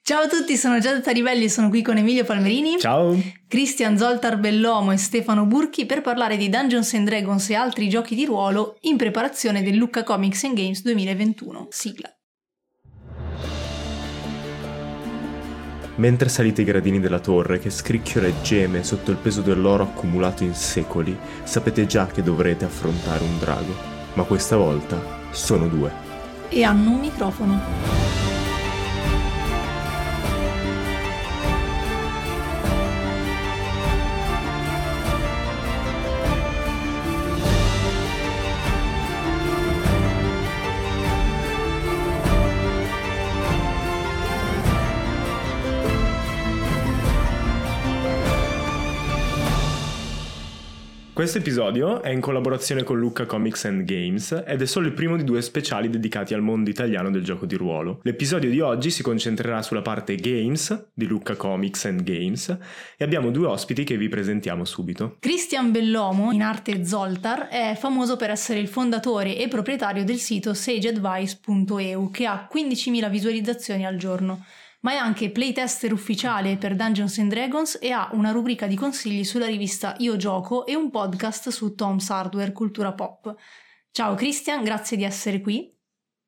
Ciao a tutti, sono Giada Ribelli e sono qui con Emilio Palmerini. Ciao! Cristian Zoltar Bellomo e Stefano Burchi per parlare di Dungeons & Dragons e altri giochi di ruolo in preparazione del Lucca Comics and Games 2021. Sigla. Mentre salite i gradini della torre che scricchiola e geme sotto il peso dell'oro accumulato in secoli, sapete già che dovrete affrontare un drago, ma questa volta sono due. E hanno un microfono. Questo episodio è in collaborazione con Lucca Comics and Games ed è solo il primo di due speciali dedicati al mondo italiano del gioco di ruolo. L'episodio di oggi si concentrerà sulla parte Games di Lucca Comics and Games e abbiamo due ospiti che vi presentiamo subito. Cristian Bellomo, in arte Zoltar, è famoso per essere il fondatore e proprietario del sito sageadvice.eu che ha 15.000 visualizzazioni al giorno. Ma è anche playtester ufficiale per Dungeons & Dragons e ha una rubrica di consigli sulla rivista Io Gioco e un podcast su Tom's Hardware Cultura Pop. Ciao Christian, grazie di essere qui.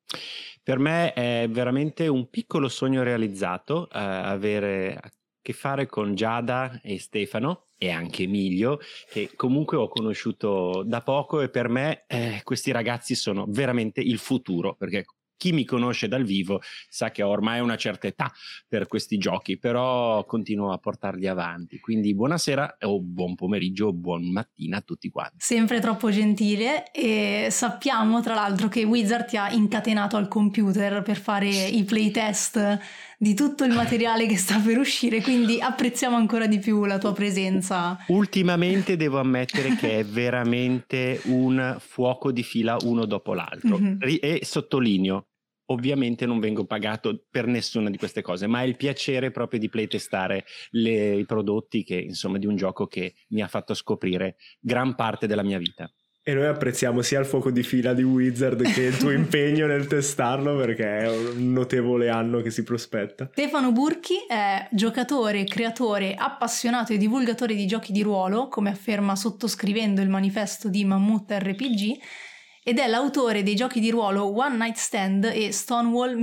Per me è veramente un piccolo sogno realizzato avere a che fare con Giada e Stefano e anche Emilio, che comunque ho conosciuto da poco, e per me questi ragazzi sono veramente il futuro, perché chi mi conosce dal vivo sa che ho ormai una certa età per questi giochi, però continuo a portarli avanti. Quindi buonasera o buon pomeriggio o buon mattina a tutti quanti. Sempre troppo gentile, e sappiamo tra l'altro che Wizard ti ha incatenato al computer per fare i playtest di tutto il materiale che sta per uscire, quindi apprezziamo ancora di più la tua presenza. Ultimamente devo ammettere che è veramente un fuoco di fila uno dopo l'altro. E sottolineo, ovviamente non vengo pagato per nessuna di queste cose, ma è il piacere proprio di playtestare i prodotti di un gioco che mi ha fatto scoprire gran parte della mia vita. E noi apprezziamo sia il fuoco di fila di Wizard che il tuo impegno nel testarlo, perché è un notevole anno che si prospetta. Stefano Burchi è giocatore, creatore, appassionato e divulgatore di giochi di ruolo, come afferma sottoscrivendo il manifesto di Mammut RPG, ed è l'autore dei giochi di ruolo One Night Stand e Stonewall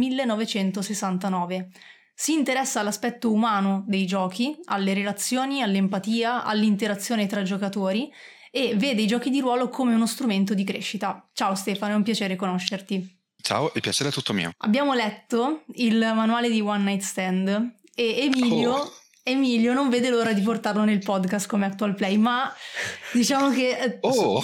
1969. Si interessa all'aspetto umano dei giochi, alle relazioni, all'empatia, all'interazione tra giocatori e vede i giochi di ruolo come uno strumento di crescita. Ciao Stefano, è un piacere conoscerti. Ciao, il piacere è tutto mio. Abbiamo letto il manuale di One Night Stand e Emilio non vede l'ora di portarlo nel podcast come Actual Play, ma diciamo che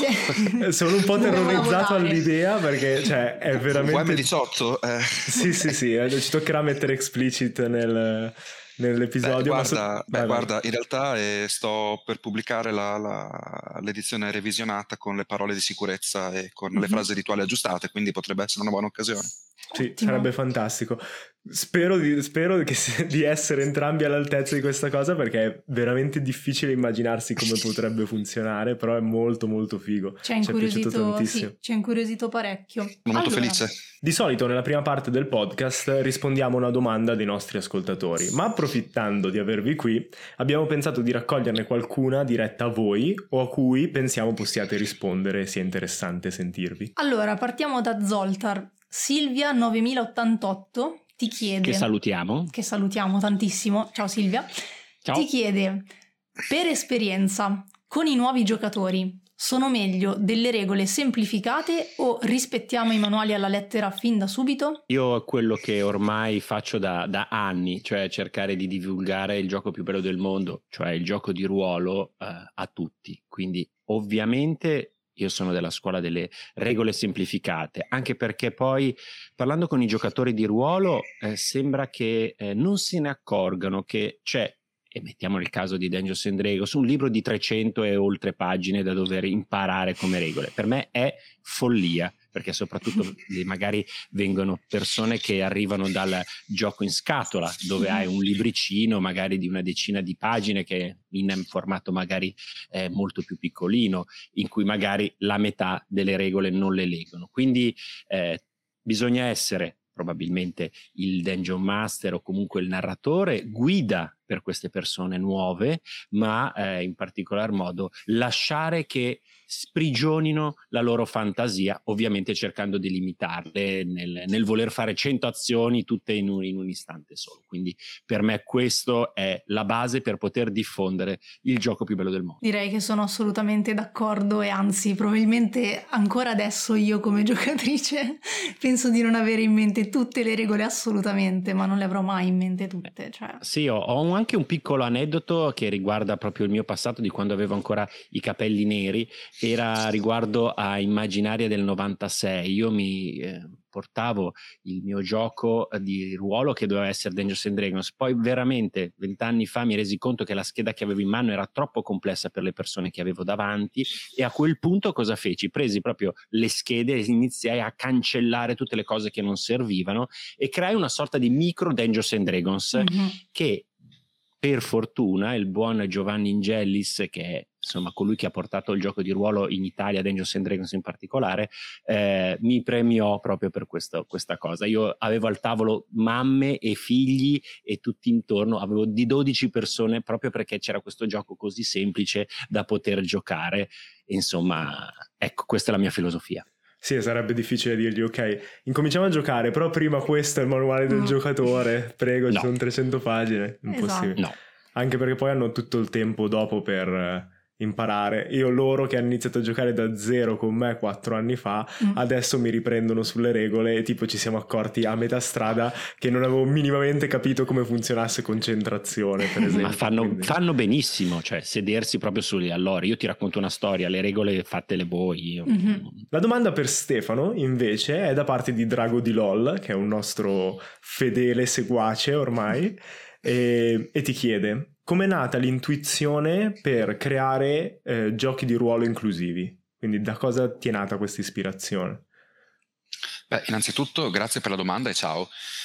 sono un po' terrorizzato all'idea, perché è veramente UM18 sì, ci toccherà mettere explicit nell'episodio. Guarda, in realtà sto per pubblicare l'edizione revisionata con le parole di sicurezza e con le frasi rituali aggiustate, quindi potrebbe essere una buona occasione. Sì, ottimo. Sarebbe fantastico. Spero di essere entrambi all'altezza di questa cosa, perché è veramente difficile immaginarsi come potrebbe funzionare, però è molto molto figo. Ci è incuriosito parecchio. Sono molto felice. Di solito nella prima parte del podcast rispondiamo a una domanda dei nostri ascoltatori, ma approfittando di avervi qui abbiamo pensato di raccoglierne qualcuna diretta a voi o a cui pensiamo possiate rispondere, sia interessante sentirvi. Allora, partiamo da Zoltar. Silvia 9088 ti chiede, che salutiamo tantissimo, ciao Silvia. Ciao. Ti chiede: per esperienza con i nuovi giocatori sono meglio delle regole semplificate o rispettiamo i manuali alla lettera fin da subito? Io quello che ormai faccio da anni, cioè cercare di divulgare il gioco più bello del mondo, cioè il gioco di ruolo a tutti. Quindi ovviamente io sono della scuola delle regole semplificate, anche perché poi parlando con i giocatori di ruolo sembra che non se ne accorgano che c'è, e mettiamo il caso di Dungeons & Dragons, un libro di 300 e oltre pagine da dover imparare come regole. Per me è follia, perché soprattutto magari vengono persone che arrivano dal gioco in scatola, dove hai un libricino magari di una decina di pagine che è in formato magari molto più piccolino, in cui magari la metà delle regole non le leggono. Quindi bisogna essere probabilmente il Dungeon Master o comunque il narratore, guida per queste persone nuove, ma in particolar modo lasciare che sprigionino la loro fantasia, ovviamente cercando di limitarle nel voler fare 100 azioni tutte in un istante solo. Quindi per me questo è la base per poter diffondere il gioco più bello del mondo. Direi che sono assolutamente d'accordo, e anzi probabilmente ancora adesso io come giocatrice penso di non avere in mente tutte le regole assolutamente, ma non le avrò mai in mente tutte. Cioè. Sì, ho anche un piccolo aneddoto che riguarda proprio il mio passato, di quando avevo ancora i capelli neri. Era riguardo a Immaginaria del 96. Io mi portavo il mio gioco di ruolo che doveva essere Dungeons and Dragons, poi veramente 20 anni fa mi resi conto che la scheda che avevo in mano era troppo complessa per le persone che avevo davanti, e a quel punto cosa feci? Presi proprio le schede e iniziai a cancellare tutte le cose che non servivano e creai una sorta di micro Dungeons and Dragons che per fortuna il buon Giovanni Ingellis, che è insomma colui che ha portato il gioco di ruolo in Italia, Dungeons and Dragons in particolare, mi premiò proprio per questa cosa. Io avevo al tavolo mamme e figli e tutti intorno, avevo di 12 persone, proprio perché c'era questo gioco così semplice da poter giocare. Insomma, ecco, questa è la mia filosofia. Sì, sarebbe difficile dirgli ok, incominciamo a giocare, però prima questo è il manuale del giocatore, prego, ci sono 300 pagine, impossibile. No. Anche perché poi hanno tutto il tempo dopo per imparare. Loro che hanno iniziato a giocare da zero con me 4 anni fa, adesso mi riprendono sulle regole e tipo ci siamo accorti a metà strada che non avevo minimamente capito come funzionasse concentrazione, per esempio. Ma fanno benissimo, cioè sedersi proprio allora io ti racconto una storia, le regole fatele voi. La domanda per Stefano invece è da parte di Drago di LOL, che è un nostro fedele seguace ormai, e ti chiede: com'è nata l'intuizione per creare giochi di ruolo inclusivi? Quindi da cosa ti è nata questa ispirazione? Beh, innanzitutto grazie per la domanda e ciao.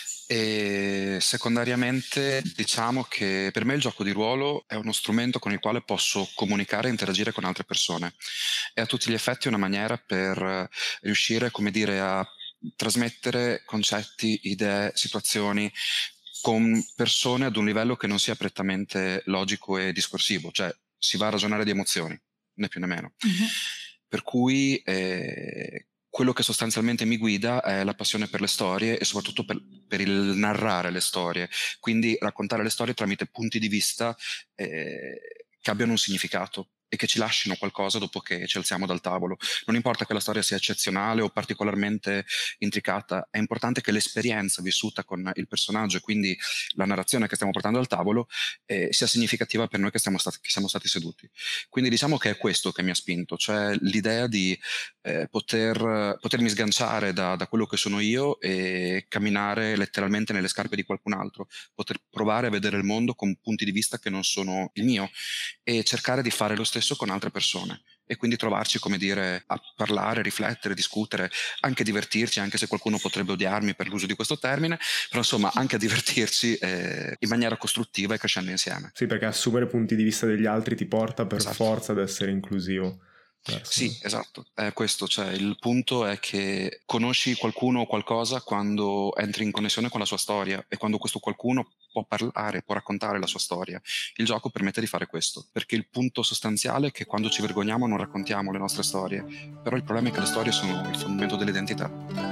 E secondariamente diciamo che per me il gioco di ruolo è uno strumento con il quale posso comunicare e interagire con altre persone. È a tutti gli effetti una maniera per riuscire, come dire, a trasmettere concetti, idee, situazioni con persone ad un livello che non sia prettamente logico e discorsivo, cioè si va a ragionare di emozioni, né più né meno. Per cui quello che sostanzialmente mi guida è la passione per le storie e soprattutto per il narrare le storie, quindi raccontare le storie tramite punti di vista che abbiano un significato e che ci lasciano qualcosa dopo che ci alziamo dal tavolo. Non importa che la storia sia eccezionale o particolarmente intricata, è importante che l'esperienza vissuta con il personaggio e quindi la narrazione che stiamo portando al tavolo sia significativa per noi che siamo stati seduti. Quindi diciamo che è questo che mi ha spinto, cioè l'idea di potermi sganciare da quello che sono io e camminare letteralmente nelle scarpe di qualcun altro, poter provare a vedere il mondo con punti di vista che non sono il mio e cercare di fare lo stesso con altre persone e quindi trovarci, come dire, a parlare, riflettere, discutere, anche divertirci, anche se qualcuno potrebbe odiarmi per l'uso di questo termine, però insomma anche a divertirci in maniera costruttiva e crescendo insieme. Sì, perché assumere punti di vista degli altri ti porta per forza ad essere inclusivo. Sì, esatto, è questo, cioè il punto è che conosci qualcuno o qualcosa quando entri in connessione con la sua storia e quando questo qualcuno può parlare, può raccontare la sua storia. Il gioco permette di fare questo, perché il punto sostanziale è che quando ci vergogniamo non raccontiamo le nostre storie, però il problema è che le storie sono il fondamento dell'identità.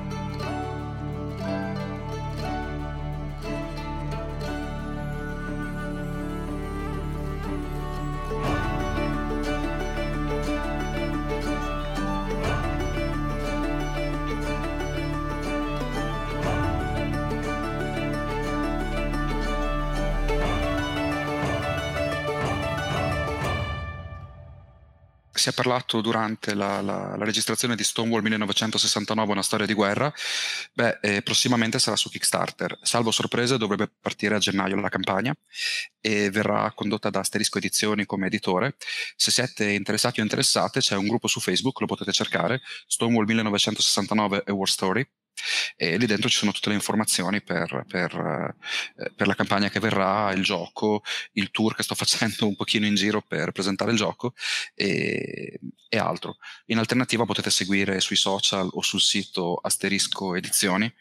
Si è parlato durante la registrazione di Stonewall 1969, una storia di guerra. Prossimamente sarà su Kickstarter. Salvo sorprese, dovrebbe partire a gennaio la campagna e verrà condotta da Asterisco Edizioni come editore. Se siete interessati o interessate, c'è un gruppo su Facebook, lo potete cercare, Stonewall 1969 A War Story. E lì dentro ci sono tutte le informazioni per la campagna che verrà, il gioco, il tour che sto facendo un pochino in giro per presentare il gioco e altro. In alternativa potete seguire sui social o sul sito Asterisco Edizioni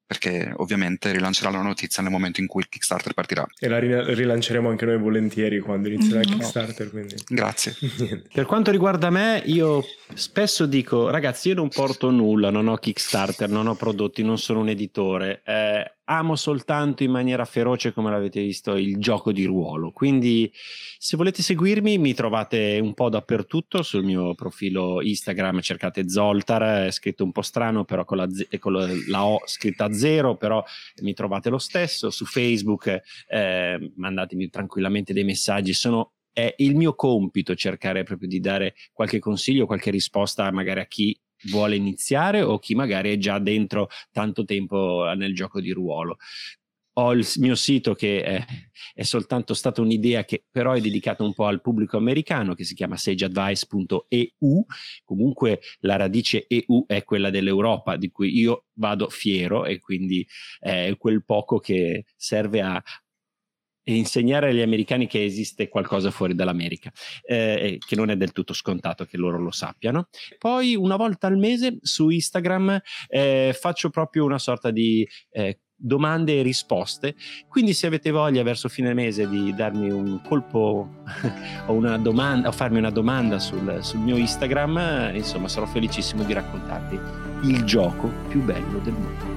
perché ovviamente rilancerà la notizia nel momento in cui il Kickstarter partirà. E la rilanceremo anche noi volentieri quando inizierà il Kickstarter, quindi... Grazie. Per quanto riguarda me, io spesso dico, ragazzi, io non porto nulla, non ho Kickstarter, non ho prodotti, non sono un editore, amo soltanto in maniera feroce, come l'avete visto, il gioco di ruolo. Quindi se volete seguirmi mi trovate un po' dappertutto. Sul mio profilo Instagram cercate Zoltar, è scritto un po' strano però con la O scritta a 0, però mi trovate lo stesso. Su Facebook mandatemi tranquillamente dei messaggi. È il mio compito cercare proprio di dare qualche consiglio, qualche risposta magari a chi vuole iniziare o chi magari è già dentro tanto tempo nel gioco di ruolo. Ho il mio sito che è soltanto stata un'idea, che però è dedicato un po' al pubblico americano, che si chiama sageadvice.eu. Comunque la radice EU è quella dell'Europa, di cui io vado fiero, e quindi è quel poco che serve a insegnare agli americani che esiste qualcosa fuori dall'America, che non è del tutto scontato che loro lo sappiano. Poi una volta al mese su Instagram faccio proprio una sorta di domande e risposte, quindi se avete voglia verso fine mese di darmi un colpo o una domanda, o farmi una domanda sul mio Instagram, insomma sarò felicissimo di raccontarvi il gioco più bello del mondo.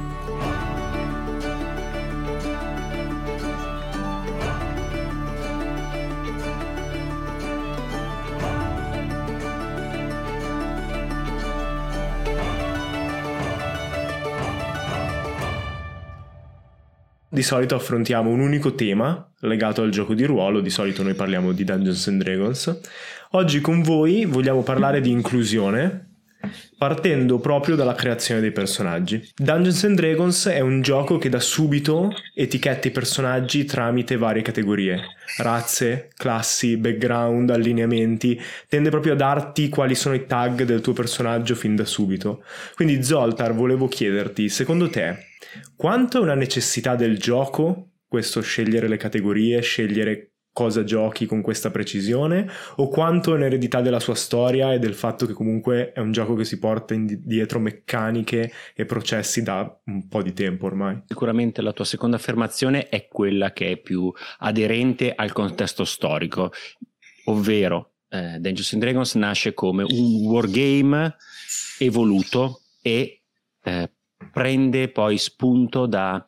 Di solito affrontiamo un unico tema legato al gioco di ruolo, di solito noi parliamo di Dungeons and Dragons. Oggi con voi vogliamo parlare di inclusione, partendo proprio dalla creazione dei personaggi. Dungeons and Dragons è un gioco che da subito etichetta i personaggi tramite varie categorie: razze, classi, background, allineamenti. Tende proprio a darti quali sono i tag del tuo personaggio fin da subito. Quindi Zoltar, volevo chiederti, secondo te quanto è una necessità del gioco questo scegliere le categorie, scegliere cosa giochi con questa precisione, o quanto è un'eredità della sua storia e del fatto che comunque è un gioco che si porta dietro meccaniche e processi da un po' di tempo ormai? Sicuramente la tua seconda affermazione è quella che è più aderente al contesto storico, ovvero Dungeons and Dragons nasce come un wargame evoluto e prende poi spunto da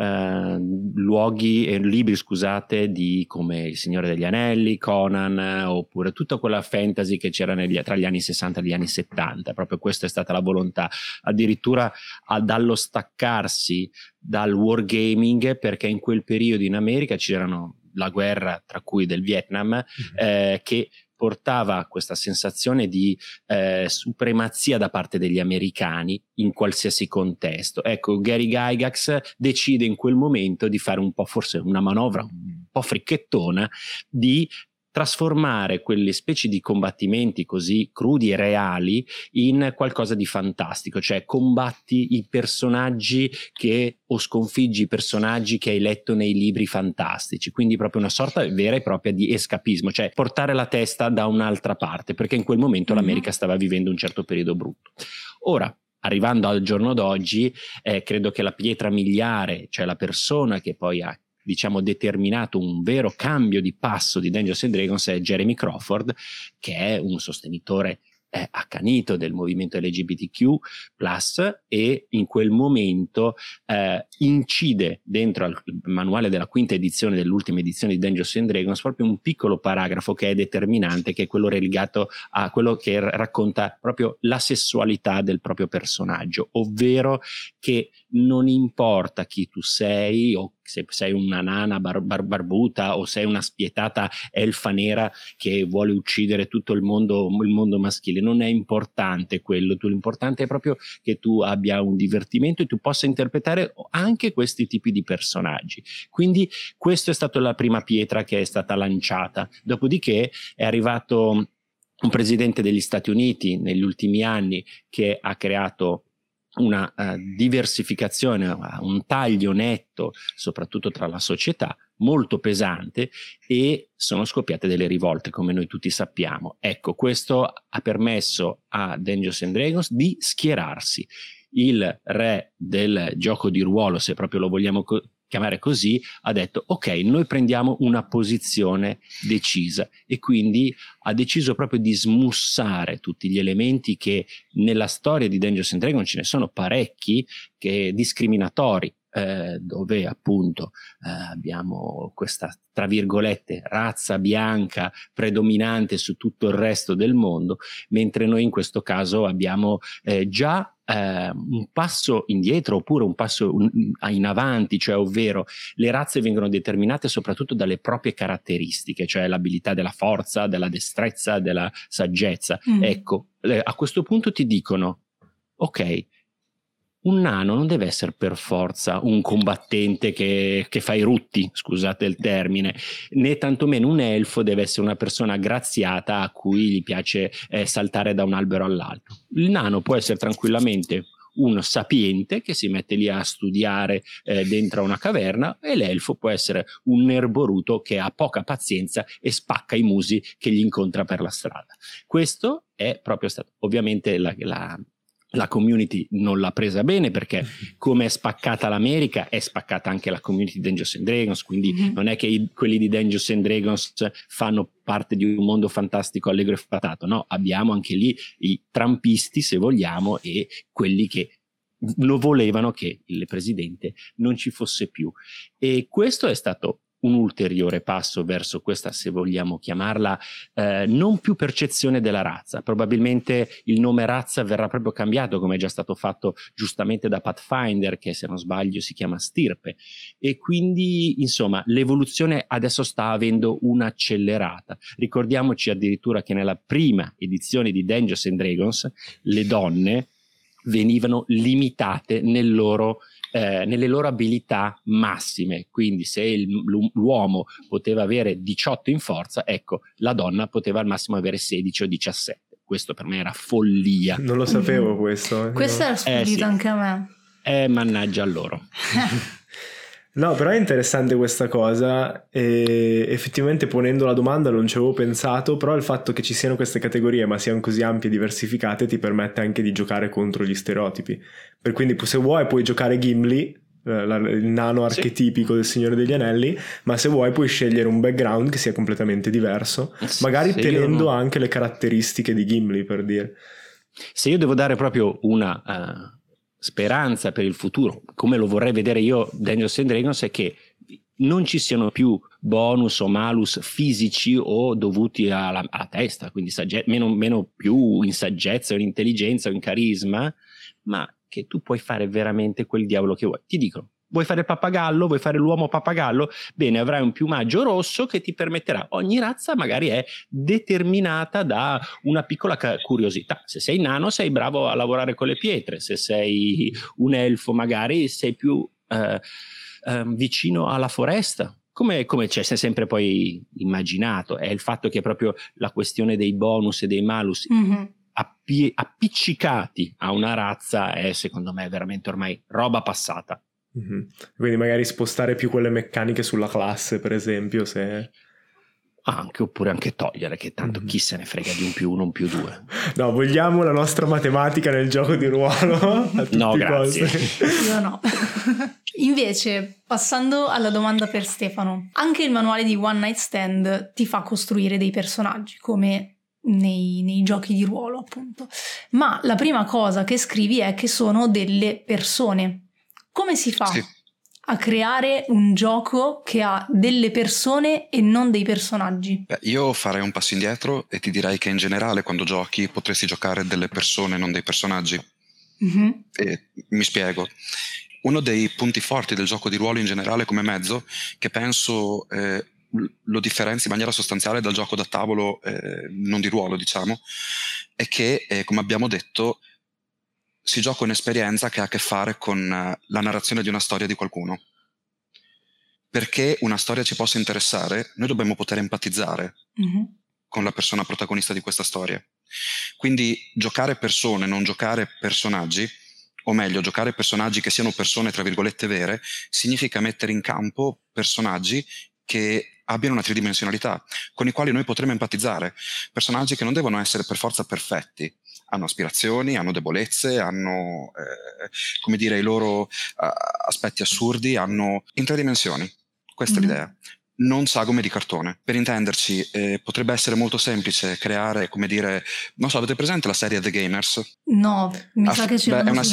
luoghi e libri, scusate, come Il Signore degli Anelli, Conan, oppure tutta quella fantasy che c'era tra gli anni 60 e gli anni 70. Proprio questa è stata la volontà, addirittura dallo staccarsi dal wargaming, perché in quel periodo in America c'erano la guerra, tra cui del Vietnam, che portava questa sensazione di supremazia da parte degli americani in qualsiasi contesto. Ecco, Gary Gygax decide in quel momento di fare un po', forse una manovra un po' fricchettona, di trasformare quelle specie di combattimenti così crudi e reali in qualcosa di fantastico, cioè combatti i personaggi o sconfiggi i personaggi che hai letto nei libri fantastici, quindi proprio una sorta vera e propria di escapismo, cioè portare la testa da un'altra parte, perché in quel momento l'America stava vivendo un certo periodo brutto. Ora, arrivando al giorno d'oggi, credo che la pietra miliare, cioè la persona che poi ha determinato un vero cambio di passo di Dungeons and Dragons, è Jeremy Crawford, che è un sostenitore accanito del movimento LGBTQ+, e in quel momento incide dentro al manuale della quinta edizione, dell'ultima edizione di Dungeons and Dragons, proprio un piccolo paragrafo che è determinante, che è quello legato a quello che racconta proprio la sessualità del proprio personaggio, ovvero che non importa chi tu sei, o se sei una nana barbuta o sei una spietata elfa nera che vuole uccidere tutto il mondo maschile, non è importante quello. L'importante è proprio che tu abbia un divertimento e tu possa interpretare anche questi tipi di personaggi. Quindi questa è stata la prima pietra che è stata lanciata. Dopodiché è arrivato un presidente degli Stati Uniti negli ultimi anni che ha creato una diversificazione, un taglio netto soprattutto tra la società, molto pesante, e sono scoppiate delle rivolte, come noi tutti sappiamo. Ecco, questo ha permesso a Dungeons and Dragons di schierarsi il re del gioco di ruolo, se proprio lo vogliamo chiamare così, ha detto ok, noi prendiamo una posizione decisa, e quindi ha deciso proprio di smussare tutti gli elementi che nella storia di Dungeons and Dragons ce ne sono parecchi, che discriminatori, dove appunto abbiamo questa, tra virgolette, razza bianca predominante su tutto il resto del mondo, mentre noi in questo caso abbiamo già un passo indietro, oppure un passo in avanti, cioè ovvero le razze vengono determinate soprattutto dalle proprie caratteristiche, cioè l'abilità della forza, della destrezza, della saggezza. Ecco, a questo punto ti dicono ok, un nano non deve essere per forza un combattente che fa i rutti, scusate il termine, né tantomeno un elfo deve essere una persona graziata a cui gli piace saltare da un albero all'altro. Il nano può essere tranquillamente un sapiente che si mette lì a studiare dentro una caverna, e l'elfo può essere un nerboruto che ha poca pazienza e spacca i musi che gli incontra per la strada. Questo è proprio stato, ovviamente la community non l'ha presa bene, perché come è spaccata l'America è spaccata anche la community di Dungeons and Dragons, quindi non è che quelli di Dungeons and Dragons fanno parte di un mondo fantastico allegro e fatato, no, abbiamo anche lì i trampisti, se vogliamo, e quelli che lo volevano che il presidente non ci fosse più. E questo è stato un ulteriore passo verso questa, se vogliamo chiamarla, non più percezione della razza. Probabilmente il nome razza verrà proprio cambiato, come è già stato fatto giustamente da Pathfinder, che se non sbaglio si chiama stirpe, e quindi insomma l'evoluzione adesso sta avendo un'accelerata. Ricordiamoci addirittura che nella prima edizione di Dungeons and Dragons le donne venivano limitate nelle loro abilità massime, quindi se l'uomo poteva avere 18 in forza, ecco, la donna poteva al massimo avere 16 o 17. Questo per me era follia. Non lo sapevo questo. Questo era sfuggito sì. anche a me. Mannaggia a loro. No, però è interessante questa cosa, e effettivamente ponendo la domanda non ci avevo pensato, però il fatto che ci siano queste categorie ma siano così ampie e diversificate ti permette anche di giocare contro gli stereotipi. Per quindi se vuoi puoi giocare Gimli, il nano archetipico del Signore degli Anelli, ma se vuoi puoi scegliere un background che sia completamente diverso, magari tenendo anche le caratteristiche di Gimli, per dire. Se io devo dare proprio una speranza per il futuro, come lo vorrei vedere io Dungeons and Dragons, è che non ci siano più bonus o malus fisici o dovuti alla testa, quindi meno più in saggezza o in intelligenza o in carisma, ma che tu puoi fare veramente quel diavolo che vuoi. Ti dicono: vuoi fare il pappagallo? Vuoi fare l'uomo pappagallo? Bene, avrai un piumaggio rosso che ti permetterà. Ogni razza magari è determinata da una piccola curiosità. Se sei nano sei bravo a lavorare con le pietre, se sei un elfo magari sei più vicino alla foresta. Come ci è sempre poi immaginato, è il fatto che proprio la questione dei bonus e dei malus appiccicati a una razza è, secondo me, veramente ormai roba passata. Quindi magari spostare più quelle meccaniche sulla classe, per esempio, se... oppure anche togliere, che tanto chi se ne frega di un più uno, un più due. No, vogliamo la nostra matematica nel gioco di ruolo a tutti no, grazie. Io no. Invece, passando alla domanda per Stefano, anche il manuale di One Night Stand ti fa costruire dei personaggi, come nei giochi di ruolo, appunto. Ma la prima cosa che scrivi è che sono delle persone. Come si fa a creare un gioco che ha delle persone e non dei personaggi? Io farei un passo indietro e ti direi che in generale quando giochi potresti giocare delle persone, non dei personaggi. E mi spiego. Uno dei punti forti del gioco di ruolo in generale come mezzo, che penso lo differenzia in maniera sostanziale dal gioco da tavolo non di ruolo, diciamo, è che, come abbiamo detto, si gioca un'esperienza che ha a che fare con la narrazione di una storia di qualcuno. Perché una storia ci possa interessare, noi dobbiamo poter empatizzare con la persona protagonista di questa storia. Quindi giocare persone, non giocare personaggi, o meglio, giocare personaggi che siano persone tra virgolette vere, significa mettere in campo personaggi che abbiano una tridimensionalità, con i quali noi potremo empatizzare. Personaggi che non devono essere per forza perfetti, hanno aspirazioni, hanno debolezze, hanno come dire i loro aspetti assurdi, hanno in 3 dimensioni. Questa è l'idea. Non sagome di cartone. Per intenderci, potrebbe essere molto semplice creare, come dire, non so, avete presente la serie The Gamers? No, mi sa che c'è è una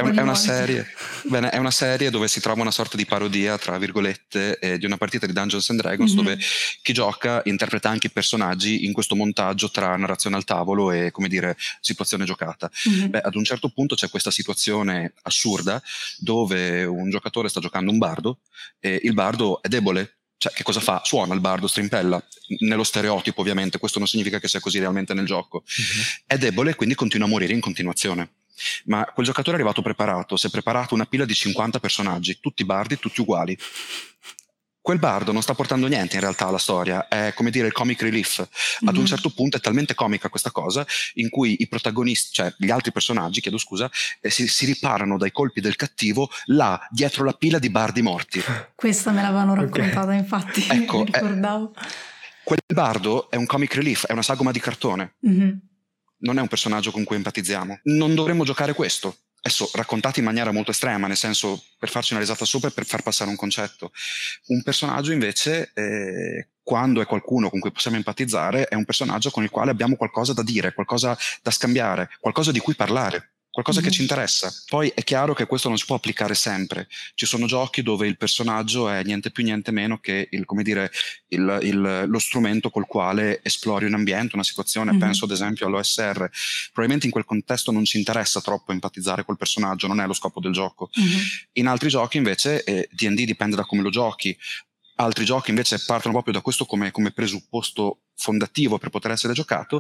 serie dove si trova una sorta di parodia, tra virgolette, di una partita di Dungeons and Dragons, dove chi gioca interpreta anche i personaggi in questo montaggio tra narrazione al tavolo e, come dire, situazione giocata. Ad un certo punto c'è questa situazione assurda dove un giocatore sta giocando un bardo e il bardo è debole. Cioè, che cosa fa? Suona il bardo, strimpella, nello stereotipo ovviamente, questo non significa che sia così realmente nel gioco. È debole e quindi continua a morire in continuazione. Ma quel giocatore è arrivato preparato, si è preparato una pila di 50 personaggi, tutti bardi, tutti uguali. Quel bardo non sta portando niente in realtà alla storia, è come dire il comic relief. Ad un certo punto è talmente comica questa cosa in cui i protagonisti, cioè gli altri personaggi, chiedo scusa, si riparano dai colpi del cattivo là, dietro la pila di bardi morti. Questa me l'avevano raccontata, infatti, ecco, mi ricordavo. Quel bardo è un comic relief, è una sagoma di cartone. Non è un personaggio con cui empatizziamo. Non dovremmo giocare questo. Adesso raccontati in maniera molto estrema, nel senso per farci una risata sopra e per far passare un concetto. Un personaggio invece, quando è qualcuno con cui possiamo empatizzare, è un personaggio con il quale abbiamo qualcosa da dire, qualcosa da scambiare, qualcosa di cui parlare. Qualcosa che ci interessa. Poi è chiaro che questo non si può applicare sempre. Ci sono giochi dove il personaggio è niente più niente meno che lo strumento col quale esplori un ambiente, una situazione. Penso ad esempio all'OSR. Probabilmente in quel contesto non ci interessa troppo empatizzare col personaggio, non è lo scopo del gioco. In altri giochi invece D&D dipende da come lo giochi. Altri giochi invece partono proprio da questo come presupposto fondativo per poter essere giocati,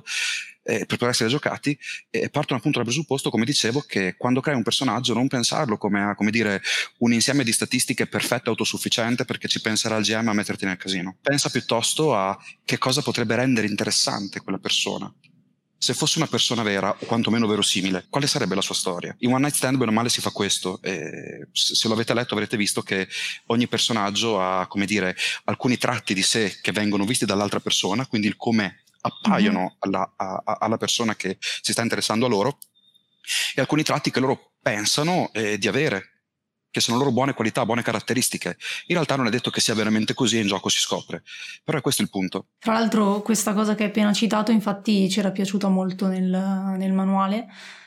partono appunto dal presupposto, come dicevo, che quando crei un personaggio non pensarlo come dire, un insieme di statistiche perfetto e autosufficiente perché ci penserà il GM a metterti nel casino. Pensa piuttosto a che cosa potrebbe rendere interessante quella persona. Se fosse una persona vera, o quantomeno verosimile, quale sarebbe la sua storia? In One Night Stand, bene o male, si fa questo. Se lo avete letto avrete visto che ogni personaggio ha, come dire, alcuni tratti di sé che vengono visti dall'altra persona, quindi il come appaiono alla persona che si sta interessando a loro, e alcuni tratti che loro pensano di avere, che sono loro buone qualità, buone caratteristiche. In realtà non è detto che sia veramente così e in gioco si scopre. Però è questo il punto. Tra l'altro questa cosa che hai appena citato infatti ci era piaciuta molto nel manuale,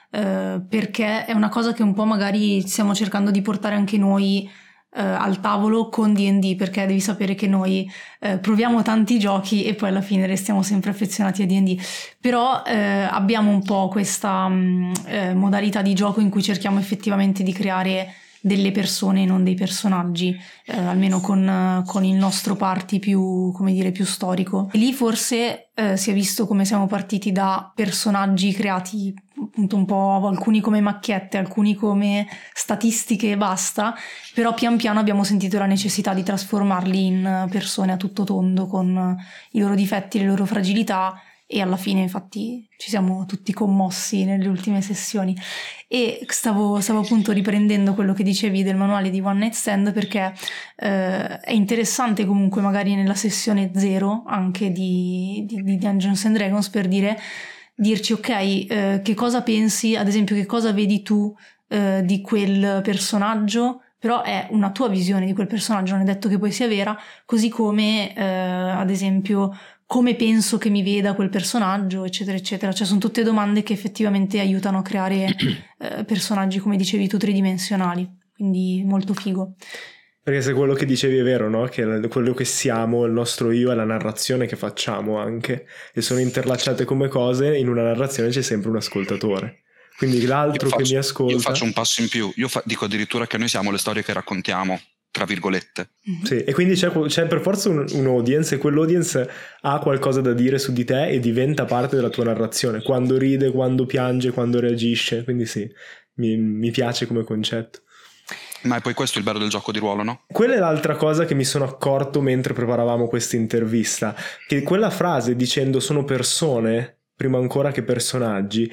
perché è una cosa che un po' magari stiamo cercando di portare anche noi al tavolo con D&D, perché devi sapere che noi proviamo tanti giochi e poi alla fine restiamo sempre affezionati a D&D, però abbiamo un po' questa modalità di gioco in cui cerchiamo effettivamente di creare delle persone e non dei personaggi, almeno con il nostro party più, come dire, più storico. E lì forse si è visto come siamo partiti da personaggi creati appunto un po', alcuni come macchiette, alcuni come statistiche e basta, però pian piano abbiamo sentito la necessità di trasformarli in persone a tutto tondo con i loro difetti, le loro fragilità, e alla fine infatti ci siamo tutti commossi nelle ultime sessioni. E stavo appunto riprendendo quello che dicevi del manuale di One Night Stand, perché è interessante comunque magari nella sessione 0 anche di Dungeons and Dragons, per dirci ok, che cosa pensi, ad esempio che cosa vedi tu di quel personaggio, però è una tua visione di quel personaggio, non è detto che poi sia vera, così come ad esempio come penso che mi veda quel personaggio, eccetera eccetera. Cioè sono tutte domande che effettivamente aiutano a creare personaggi, come dicevi tu, tridimensionali, quindi molto figo. Perché se quello che dicevi è vero, no? Che quello che siamo, il nostro io, è la narrazione che facciamo anche, e sono interlacciate come cose. In una narrazione c'è sempre un ascoltatore, quindi l'altro che mi ascolta. Io faccio un passo in più, dico addirittura che noi siamo le storie che raccontiamo, tra virgolette. Sì, e quindi c'è per forza un audience, e quell'audience ha qualcosa da dire su di te e diventa parte della tua narrazione, quando ride, quando piange, quando reagisce. Quindi sì, mi piace come concetto. Ma è poi questo il bello del gioco di ruolo, no? Quella è l'altra cosa che mi sono accorto mentre preparavamo questa intervista, che quella frase dicendo sono persone prima ancora che personaggi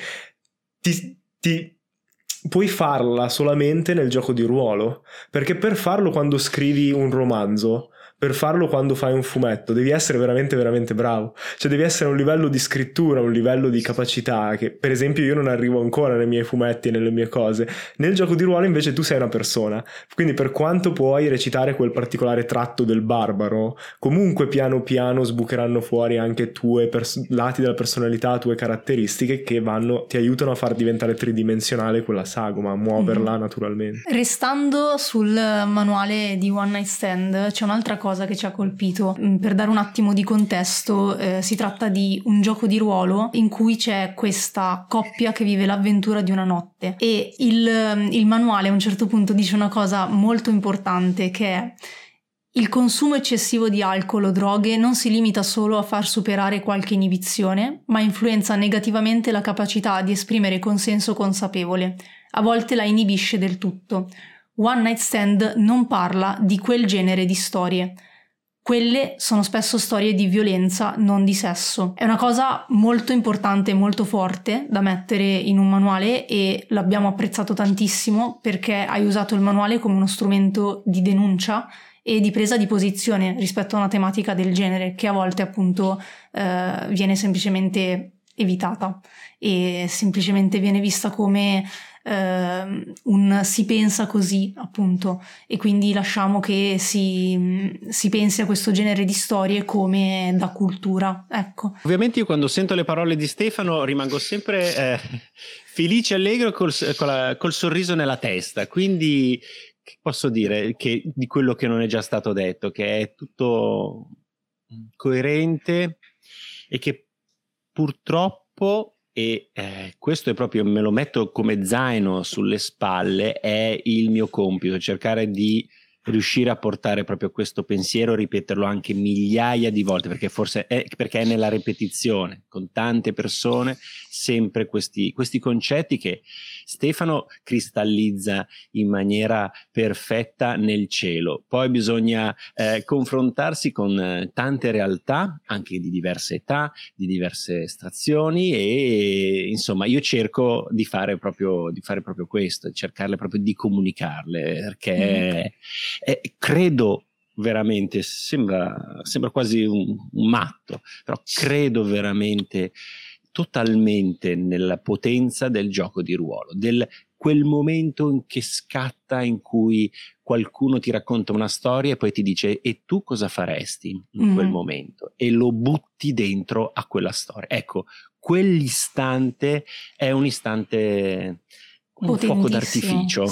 ti puoi farla solamente nel gioco di ruolo, perché per farlo quando scrivi un romanzo, per farlo quando fai un fumetto devi essere veramente veramente bravo, cioè devi essere a un livello di scrittura, un livello di capacità che per esempio io non arrivo ancora nei miei fumetti e nelle mie cose. Nel gioco di ruolo invece tu sei una persona, quindi per quanto puoi recitare quel particolare tratto del barbaro, comunque piano piano sbucheranno fuori anche tue lati della personalità, tue caratteristiche che ti aiutano a far diventare tridimensionale quella sagoma, a muoverla naturalmente. Restando sul manuale di One Night Stand, c'è un'altra cosa che ci ha colpito. Per dare un attimo di contesto, si tratta di un gioco di ruolo in cui c'è questa coppia che vive l'avventura di una notte e il manuale a un certo punto dice una cosa molto importante, che è: il consumo eccessivo di alcol o droghe non si limita solo a far superare qualche inibizione, ma influenza negativamente la capacità di esprimere consenso consapevole. A volte la inibisce del tutto. One Night Stand non parla di quel genere di storie. Quelle sono spesso storie di violenza, non di sesso. È una cosa molto importante e molto forte da mettere in un manuale e l'abbiamo apprezzato tantissimo perché hai usato il manuale come uno strumento di denuncia e di presa di posizione rispetto a una tematica del genere che a volte appunto viene semplicemente evitata e semplicemente viene vista come un si pensa così appunto, e quindi lasciamo che si pensi a questo genere di storie come da cultura, ecco. Ovviamente io quando sento le parole di Stefano rimango sempre felice e allegro col sorriso nella testa, quindi che posso dire di quello che non è già stato detto, che è tutto coerente e che purtroppo, e questo è proprio, me lo metto come zaino sulle spalle, è il mio compito, cercare di riuscire a portare proprio questo pensiero, ripeterlo anche migliaia di volte, perché forse perché è nella ripetizione con tante persone sempre questi concetti che Stefano cristallizza in maniera perfetta nel cielo. Poi bisogna confrontarsi con tante realtà anche di diverse età, di diverse estrazioni, e insomma io cerco di fare proprio questo, cercarle proprio di comunicarle, perché credo veramente, sembra quasi un matto, però credo veramente totalmente nella potenza del gioco di ruolo, quel momento in che scatta, in cui qualcuno ti racconta una storia e poi ti dice: e tu cosa faresti in quel momento? E lo butti dentro a quella storia. Ecco, quell'istante è un istante, un fuoco d'artificio.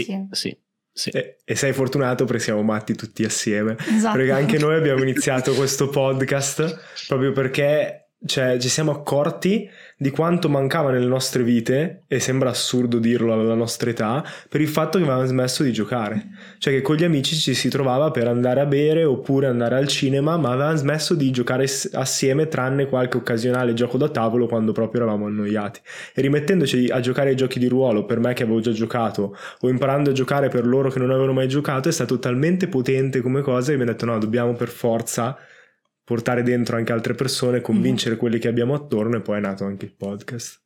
Sì. E sei fortunato perché siamo matti tutti assieme. Esatto. Perché anche noi abbiamo iniziato questo podcast proprio perché ci siamo accorti di quanto mancava nelle nostre vite, e sembra assurdo dirlo alla nostra età, per il fatto che avevamo smesso di giocare, cioè che con gli amici ci si trovava per andare a bere oppure andare al cinema, ma avevamo smesso di giocare assieme tranne qualche occasionale gioco da tavolo quando proprio eravamo annoiati, e rimettendoci a giocare ai giochi di ruolo, per me che avevo già giocato o imparando a giocare per loro che non avevano mai giocato, è stato talmente potente come cosa che mi ha detto: no, dobbiamo per forza portare dentro anche altre persone, convincere quelli che abbiamo attorno, e poi è nato anche il podcast.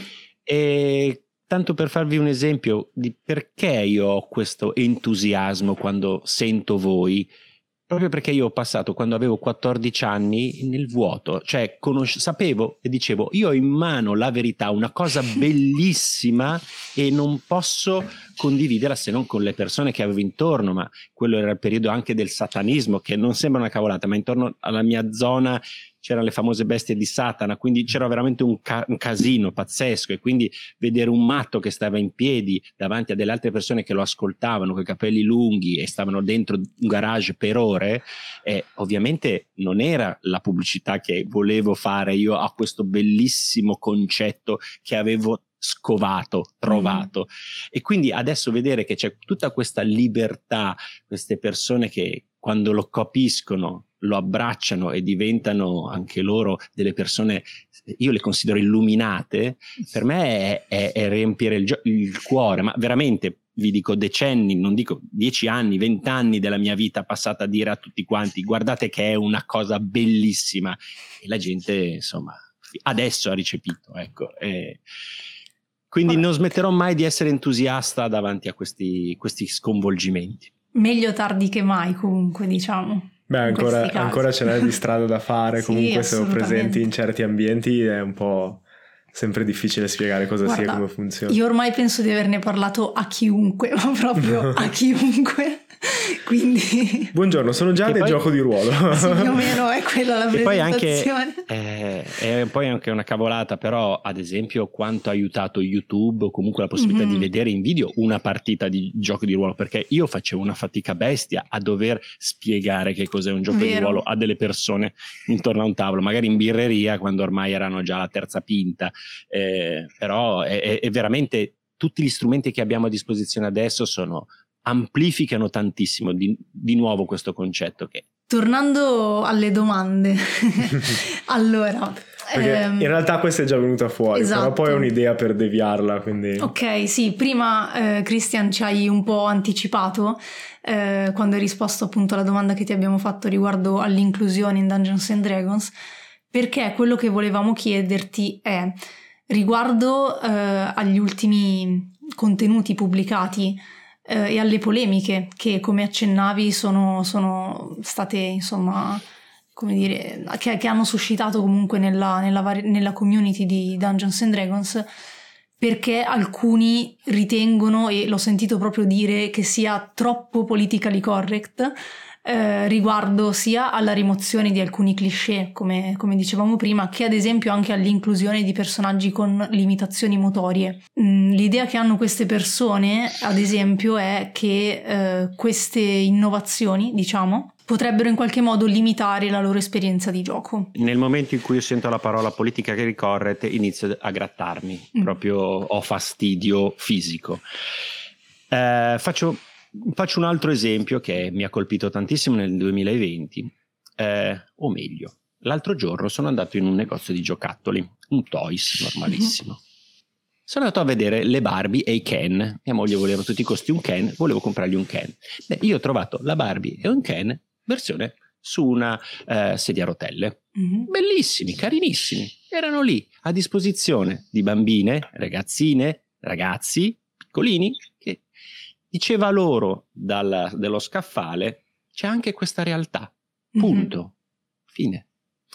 E tanto per farvi un esempio di perché io ho questo entusiasmo quando sento voi, proprio perché io ho passato, quando avevo 14 anni, nel vuoto, cioè sapevo e dicevo: io ho in mano la verità, una cosa bellissima, e non posso condividerla se non con le persone che avevo intorno. Ma quello era il periodo anche del satanismo, che non sembra una cavolata, ma intorno alla mia zona c'erano le famose bestie di Satana, quindi c'era veramente un casino pazzesco, e quindi vedere un matto che stava in piedi davanti a delle altre persone che lo ascoltavano con i capelli lunghi e stavano dentro un garage per ore, ovviamente non era la pubblicità che volevo fare io a questo bellissimo concetto che avevo trovato. E quindi adesso vedere che c'è tutta questa libertà, queste persone che quando lo capiscono lo abbracciano e diventano anche loro delle persone, io le considero illuminate, per me è riempire il cuore. Ma veramente vi dico decenni, non dico 10 anni, 20 anni della mia vita passata a dire a tutti quanti: guardate che è una cosa bellissima, e la gente insomma adesso ha ricepito, ecco. Quindi non smetterò mai di essere entusiasta davanti a questi sconvolgimenti. Meglio tardi che mai, comunque, diciamo. Beh, ancora ce n'è di strada da fare. Sì, comunque se presenti in certi ambienti è un po' sempre difficile spiegare cosa sia e come funziona. Io ormai penso di averne parlato a chiunque, ma proprio a chiunque. Quindi buongiorno, sono già del gioco di ruolo. Sì, più o meno è quella la presentazione. È poi anche una cavolata, però ad esempio quanto ha aiutato YouTube o comunque la possibilità di vedere in video una partita di gioco di ruolo, perché io facevo una fatica bestia a dover spiegare che cos'è un gioco di ruolo a delle persone intorno a un tavolo, magari in birreria quando ormai erano già alla terza pinta, però è veramente, tutti gli strumenti che abbiamo a disposizione adesso amplificano tantissimo di nuovo questo concetto. Che tornando alle domande allora, perché in realtà questa è già venuta fuori, esatto. Però poi è un'idea per deviarla, quindi... Ok, sì, prima Christian ci hai un po' anticipato quando hai risposto appunto alla domanda che ti abbiamo fatto riguardo all'inclusione in Dungeons and Dragons, perché quello che volevamo chiederti è riguardo agli ultimi contenuti pubblicati e alle polemiche che, come accennavi, sono state, insomma, come dire, che hanno suscitato comunque nella community di Dungeons and Dragons, perché alcuni ritengono, e l'ho sentito proprio dire, che sia troppo politically correct riguardo sia alla rimozione di alcuni cliché, come dicevamo prima, che ad esempio anche all'inclusione di personaggi con limitazioni motorie. L'idea che hanno queste persone, ad esempio, è che queste innovazioni, diciamo, potrebbero in qualche modo limitare la loro esperienza di gioco. Nel momento in cui io sento la parola politica che ricorrete, inizio a grattarmi, proprio ho fastidio fisico. Faccio un altro esempio che mi ha colpito tantissimo nel 2020, o meglio, l'altro giorno sono andato in un negozio di giocattoli, un Toys normalissimo. Sono andato a vedere le Barbie e i Ken. Mia moglie voleva a tutti i costi un Ken, volevo comprargli un Ken. Io ho trovato la Barbie e un Ken versione su una sedia a rotelle. Bellissimi, carinissimi. Erano lì a disposizione di bambine, ragazzine, ragazzi, piccolini, che diceva loro dello scaffale: c'è anche questa realtà, punto, fine.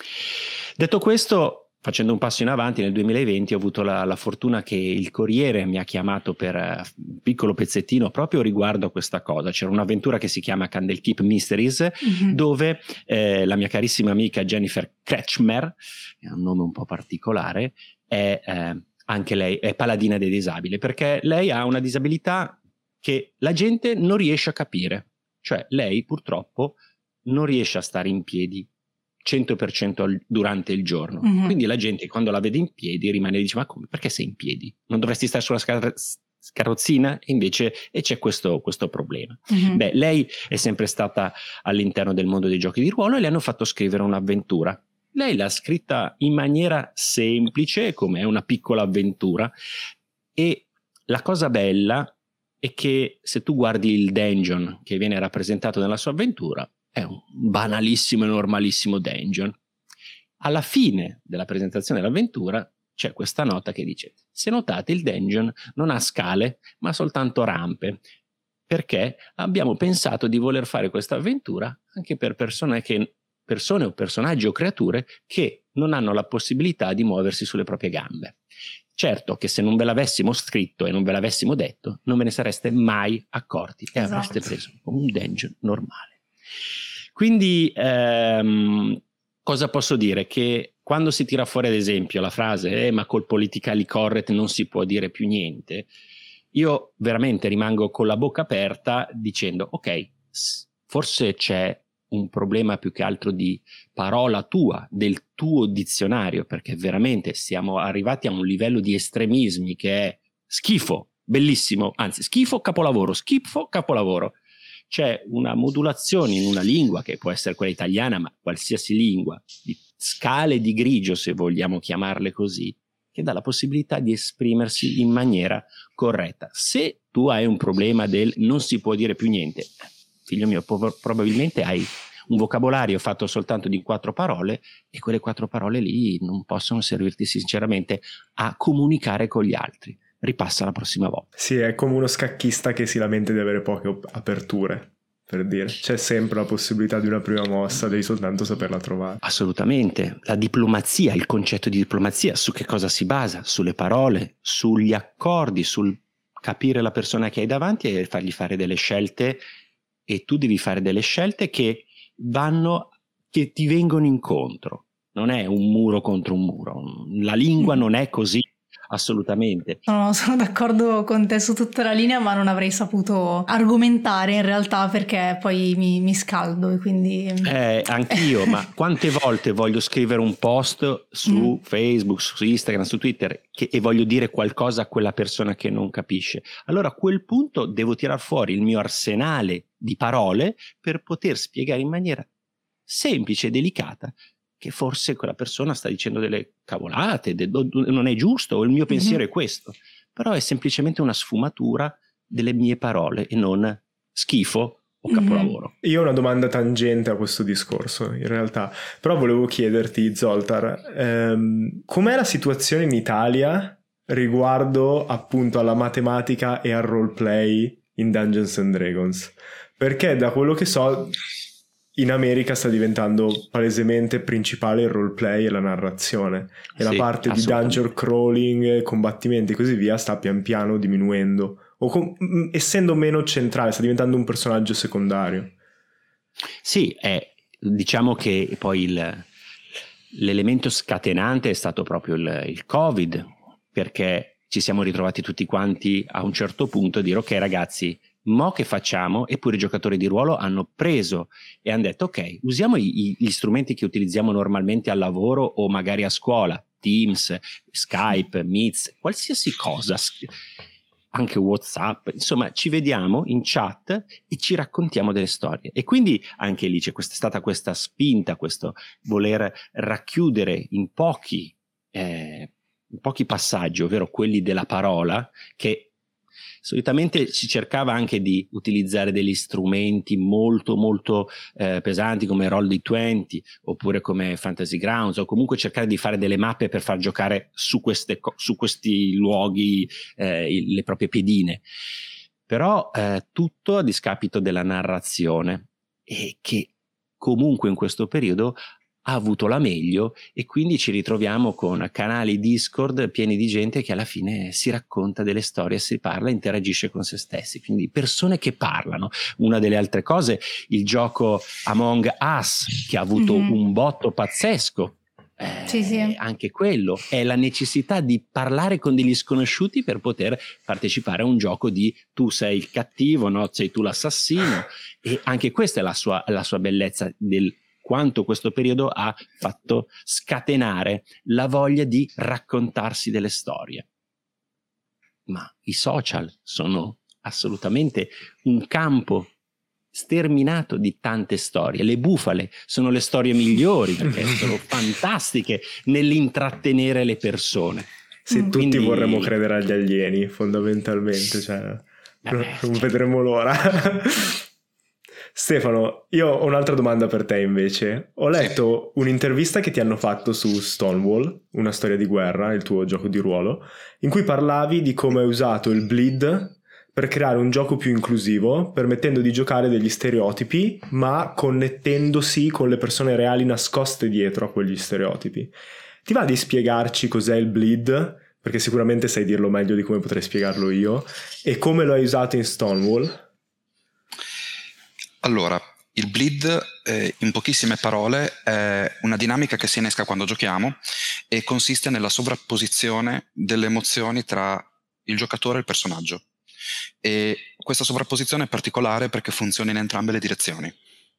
Detto questo, facendo un passo in avanti, nel 2020 ho avuto la fortuna che il Corriere mi ha chiamato per un piccolo pezzettino proprio riguardo a questa cosa. C'era un'avventura che si chiama Candlekeep Mysteries, dove la mia carissima amica Jennifer Kretschmer, è un nome un po' particolare, è anche lei è paladina dei disabili, perché lei ha una disabilità che la gente non riesce a capire. Cioè lei purtroppo non riesce a stare in piedi 100% durante il giorno. Quindi la gente quando la vede in piedi rimane e dice: ma come, perché sei in piedi? Non dovresti stare sulla carrozzina? E invece c'è questo problema. Beh, lei è sempre stata all'interno del mondo dei giochi di ruolo e le hanno fatto scrivere un'avventura. Lei l'ha scritta in maniera semplice, come una piccola avventura, e la cosa bella è che se tu guardi il dungeon che viene rappresentato nella sua avventura, è un banalissimo e normalissimo dungeon. Alla fine della presentazione dell'avventura c'è questa nota che dice: se notate, il dungeon non ha scale ma soltanto rampe, perché abbiamo pensato di voler fare questa avventura anche per persone o personaggi o creature che non hanno la possibilità di muoversi sulle proprie gambe. Certo che se non ve l'avessimo scritto e non ve l'avessimo detto, non ve ne sareste mai accorti e avreste preso un dungeon normale. Quindi cosa posso dire? Che quando si tira fuori ad esempio la frase ma col politically correct non si può dire più niente, io veramente rimango con la bocca aperta dicendo: ok, forse c'è un problema più che altro di parola tua, del tuo dizionario, perché veramente siamo arrivati a un livello di estremismi che è schifo, bellissimo, anzi schifo, capolavoro, c'è una modulazione in una lingua che può essere quella italiana, ma qualsiasi lingua, di scale di grigio, se vogliamo chiamarle così, che dà la possibilità di esprimersi in maniera corretta. Se tu hai un problema del non si può dire più niente, figlio mio, probabilmente hai un vocabolario fatto soltanto di 4 parole e quelle 4 parole lì non possono servirti sinceramente a comunicare con gli altri. Ripassa la prossima volta. Sì, è come uno scacchista che si lamenta di avere poche aperture. per dire. C'è sempre la possibilità di una prima mossa, devi soltanto saperla trovare. Assolutamente. La diplomazia, il concetto di diplomazia, su che cosa si basa? Sulle parole, sugli accordi, sul capire la persona che hai davanti e fargli fare delle scelte, e tu devi fare delle scelte che ti vengono incontro. Non è un muro contro un muro. La lingua non è così. Assolutamente. Sono d'accordo con te su tutta la linea, ma non avrei saputo argomentare in realtà, perché poi mi scaldo e quindi... Anch'io, ma quante volte voglio scrivere un post su Facebook, su Instagram, su Twitter e voglio dire qualcosa a quella persona che non capisce. Allora a quel punto devo tirar fuori il mio arsenale di parole per poter spiegare in maniera semplice e delicata che forse quella persona sta dicendo delle cavolate, non è giusto, o il mio pensiero è questo, però è semplicemente una sfumatura delle mie parole e non schifo o capolavoro. Io ho una domanda tangente a questo discorso in realtà, però volevo chiederti, Zoltar, com'è la situazione in Italia riguardo appunto alla matematica e al roleplay in Dungeons and Dragons? Perché da quello che so in America sta diventando palesemente principale il roleplay e la narrazione, e la parte di dungeon crawling, combattimenti e così via sta pian piano diminuendo, o essendo meno centrale, sta diventando un personaggio secondario. Sì, diciamo che poi l'elemento scatenante è stato proprio il Covid, perché ci siamo ritrovati tutti quanti a un certo punto a dire: ok ragazzi, mo che facciamo? Eppure i giocatori di ruolo hanno preso e hanno detto: ok, usiamo gli strumenti che utilizziamo normalmente al lavoro o magari a scuola, Teams, Skype, Meets, qualsiasi cosa, anche WhatsApp, insomma ci vediamo in chat e ci raccontiamo delle storie. E quindi anche lì c'è stata questa spinta, questo voler racchiudere in pochi passaggi, ovvero quelli della parola, che solitamente si cercava anche di utilizzare degli strumenti molto molto pesanti come Roll20 oppure come Fantasy Grounds, o comunque cercare di fare delle mappe per far giocare su questi luoghi le proprie pedine, però tutto a discapito della narrazione, e che comunque in questo periodo ha avuto la meglio, e quindi ci ritroviamo con canali Discord pieni di gente che alla fine si racconta delle storie, si parla, interagisce con se stessi, quindi persone che parlano. Una delle altre cose, il gioco Among Us, che ha avuto un botto pazzesco. Sì. Anche quello è la necessità di parlare con degli sconosciuti per poter partecipare a un gioco di tu sei il cattivo, no? Sei tu l'assassino, e anche questa è la sua bellezza, del quanto questo periodo ha fatto scatenare la voglia di raccontarsi delle storie. Ma i social sono assolutamente un campo sterminato di tante storie. Le bufale sono le storie migliori, perché sono fantastiche nell'intrattenere le persone. Sì, tutti vorremmo credere agli alieni, fondamentalmente, cioè non vedremo l'ora. Stefano, io ho un'altra domanda per te invece. Ho letto un'intervista che ti hanno fatto su Stonewall, una storia di guerra, il tuo gioco di ruolo, in cui parlavi di come hai usato il bleed per creare un gioco più inclusivo, permettendo di giocare degli stereotipi, ma connettendosi con le persone reali nascoste dietro a quegli stereotipi. Ti va di spiegarci cos'è il bleed? Perché sicuramente sai dirlo meglio di come potrei spiegarlo io, e come lo hai usato in Stonewall? Allora, il bleed, in pochissime parole, è una dinamica che si innesca quando giochiamo e consiste nella sovrapposizione delle emozioni tra il giocatore e il personaggio. E questa sovrapposizione è particolare perché funziona in entrambe le direzioni.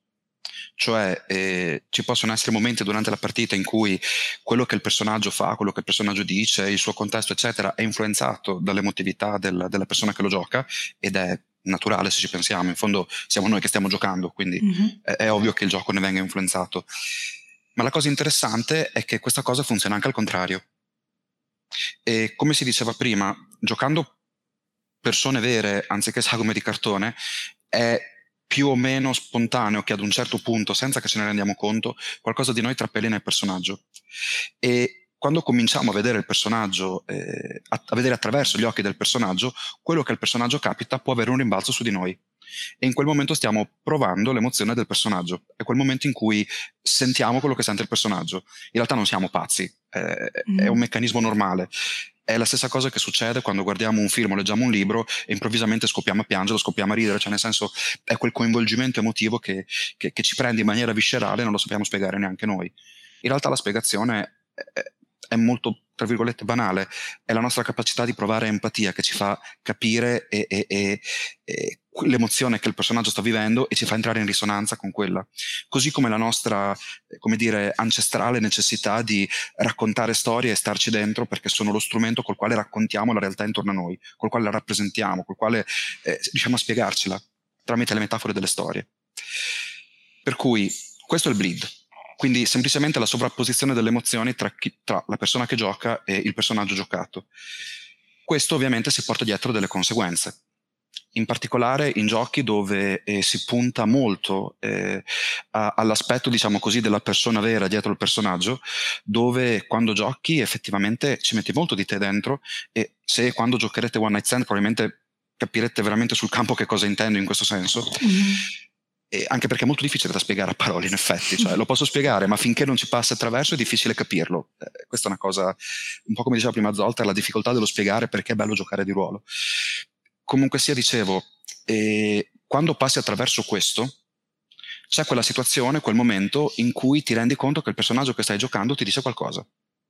Cioè ci possono essere momenti durante la partita in cui quello che il personaggio fa, quello che il personaggio dice, il suo contesto eccetera è influenzato dall'emotività della persona che lo gioca, ed è naturale se ci pensiamo, in fondo siamo noi che stiamo giocando, quindi è ovvio che il gioco ne venga influenzato. Ma la cosa interessante è che questa cosa funziona anche al contrario, e come si diceva prima, giocando persone vere anziché sagome di cartone è più o meno spontaneo che ad un certo punto, senza che ce ne rendiamo conto, qualcosa di noi trapeli nel personaggio. E quando cominciamo a vedere il personaggio, a vedere attraverso gli occhi del personaggio, quello che al personaggio capita può avere un rimbalzo su di noi. e in quel momento stiamo provando l'emozione del personaggio. È quel momento in cui sentiamo quello che sente il personaggio. In realtà non siamo pazzi, è un meccanismo normale. È la stessa cosa che succede quando guardiamo un film o leggiamo un libro e improvvisamente scoppiamo a piangere o scoppiamo a ridere, cioè nel senso è quel coinvolgimento emotivo che ci prende in maniera viscerale e non lo sappiamo spiegare neanche noi. In realtà la spiegazione è molto, tra virgolette, banale, è la nostra capacità di provare empatia che ci fa capire l'emozione che il personaggio sta vivendo e ci fa entrare in risonanza con quella. Così come la nostra, come dire, ancestrale necessità di raccontare storie e starci dentro, perché sono lo strumento col quale raccontiamo la realtà intorno a noi, col quale la rappresentiamo, col quale riusciamo a spiegarcela tramite le metafore delle storie. Per cui questo è il bleed. Quindi semplicemente la sovrapposizione delle emozioni tra la persona che gioca e il personaggio giocato. Questo ovviamente si porta dietro delle conseguenze. In particolare in giochi dove si punta molto all'aspetto, diciamo così, della persona vera dietro il personaggio, dove quando giochi effettivamente ci metti molto di te dentro, e se quando giocherete One Night Stand probabilmente capirete veramente sul campo che cosa intendo in questo senso. E anche perché è molto difficile da spiegare a parole, in effetti, cioè lo posso spiegare, ma finché non ci passa attraverso è difficile capirlo. Questa è una cosa, un po' come diceva prima Zoltar, la difficoltà dello spiegare perché è bello giocare di ruolo. Comunque sia, dicevo, quando passi attraverso questo, c'è quella situazione, quel momento in cui ti rendi conto che il personaggio che stai giocando ti dice qualcosa.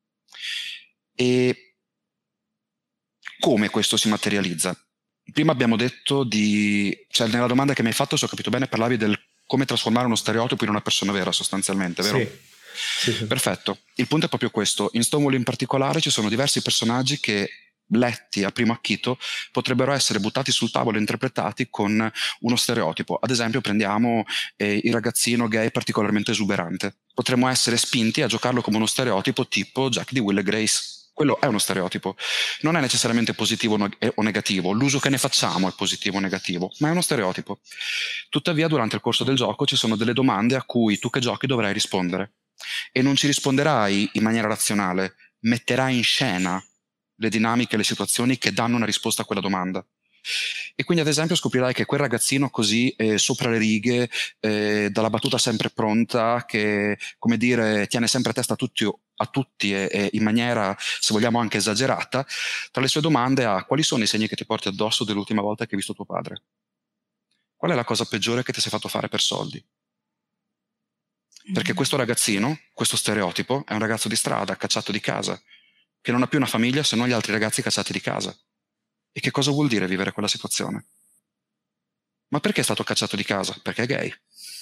E come questo si materializza? Prima abbiamo detto cioè nella domanda che mi hai fatto, se ho capito bene, parlavi del come trasformare uno stereotipo in una persona vera, sostanzialmente, vero? Sì. Perfetto. Il punto è proprio questo. In Stonewall in particolare ci sono diversi personaggi che, letti a primo acchito, potrebbero essere buttati sul tavolo e interpretati con uno stereotipo. Ad esempio prendiamo il ragazzino gay particolarmente esuberante. Potremmo essere spinti a giocarlo come uno stereotipo tipo Jack di Will e Grace. Quello è uno stereotipo. Non è necessariamente positivo o negativo, l'uso che ne facciamo è positivo o negativo, ma è uno stereotipo. Tuttavia, durante il corso del gioco ci sono delle domande a cui tu che giochi dovrai rispondere. E non ci risponderai in maniera razionale, metterai in scena le dinamiche e le situazioni che danno una risposta a quella domanda. E quindi ad esempio scoprirai che quel ragazzino così sopra le righe, dalla battuta sempre pronta, che come dire tiene sempre a testa a tutti e in maniera, se vogliamo, anche esagerata, tra le sue domande ha: quali sono i segni che ti porti addosso dell'ultima volta che hai visto tuo padre? Qual è la cosa peggiore che ti sei fatto fare per soldi? Perché questo ragazzino, questo stereotipo, è un ragazzo di strada, cacciato di casa, che non ha più una famiglia se non gli altri ragazzi cacciati di casa. E che cosa vuol dire vivere quella situazione? Ma perché è stato cacciato di casa? Perché è gay.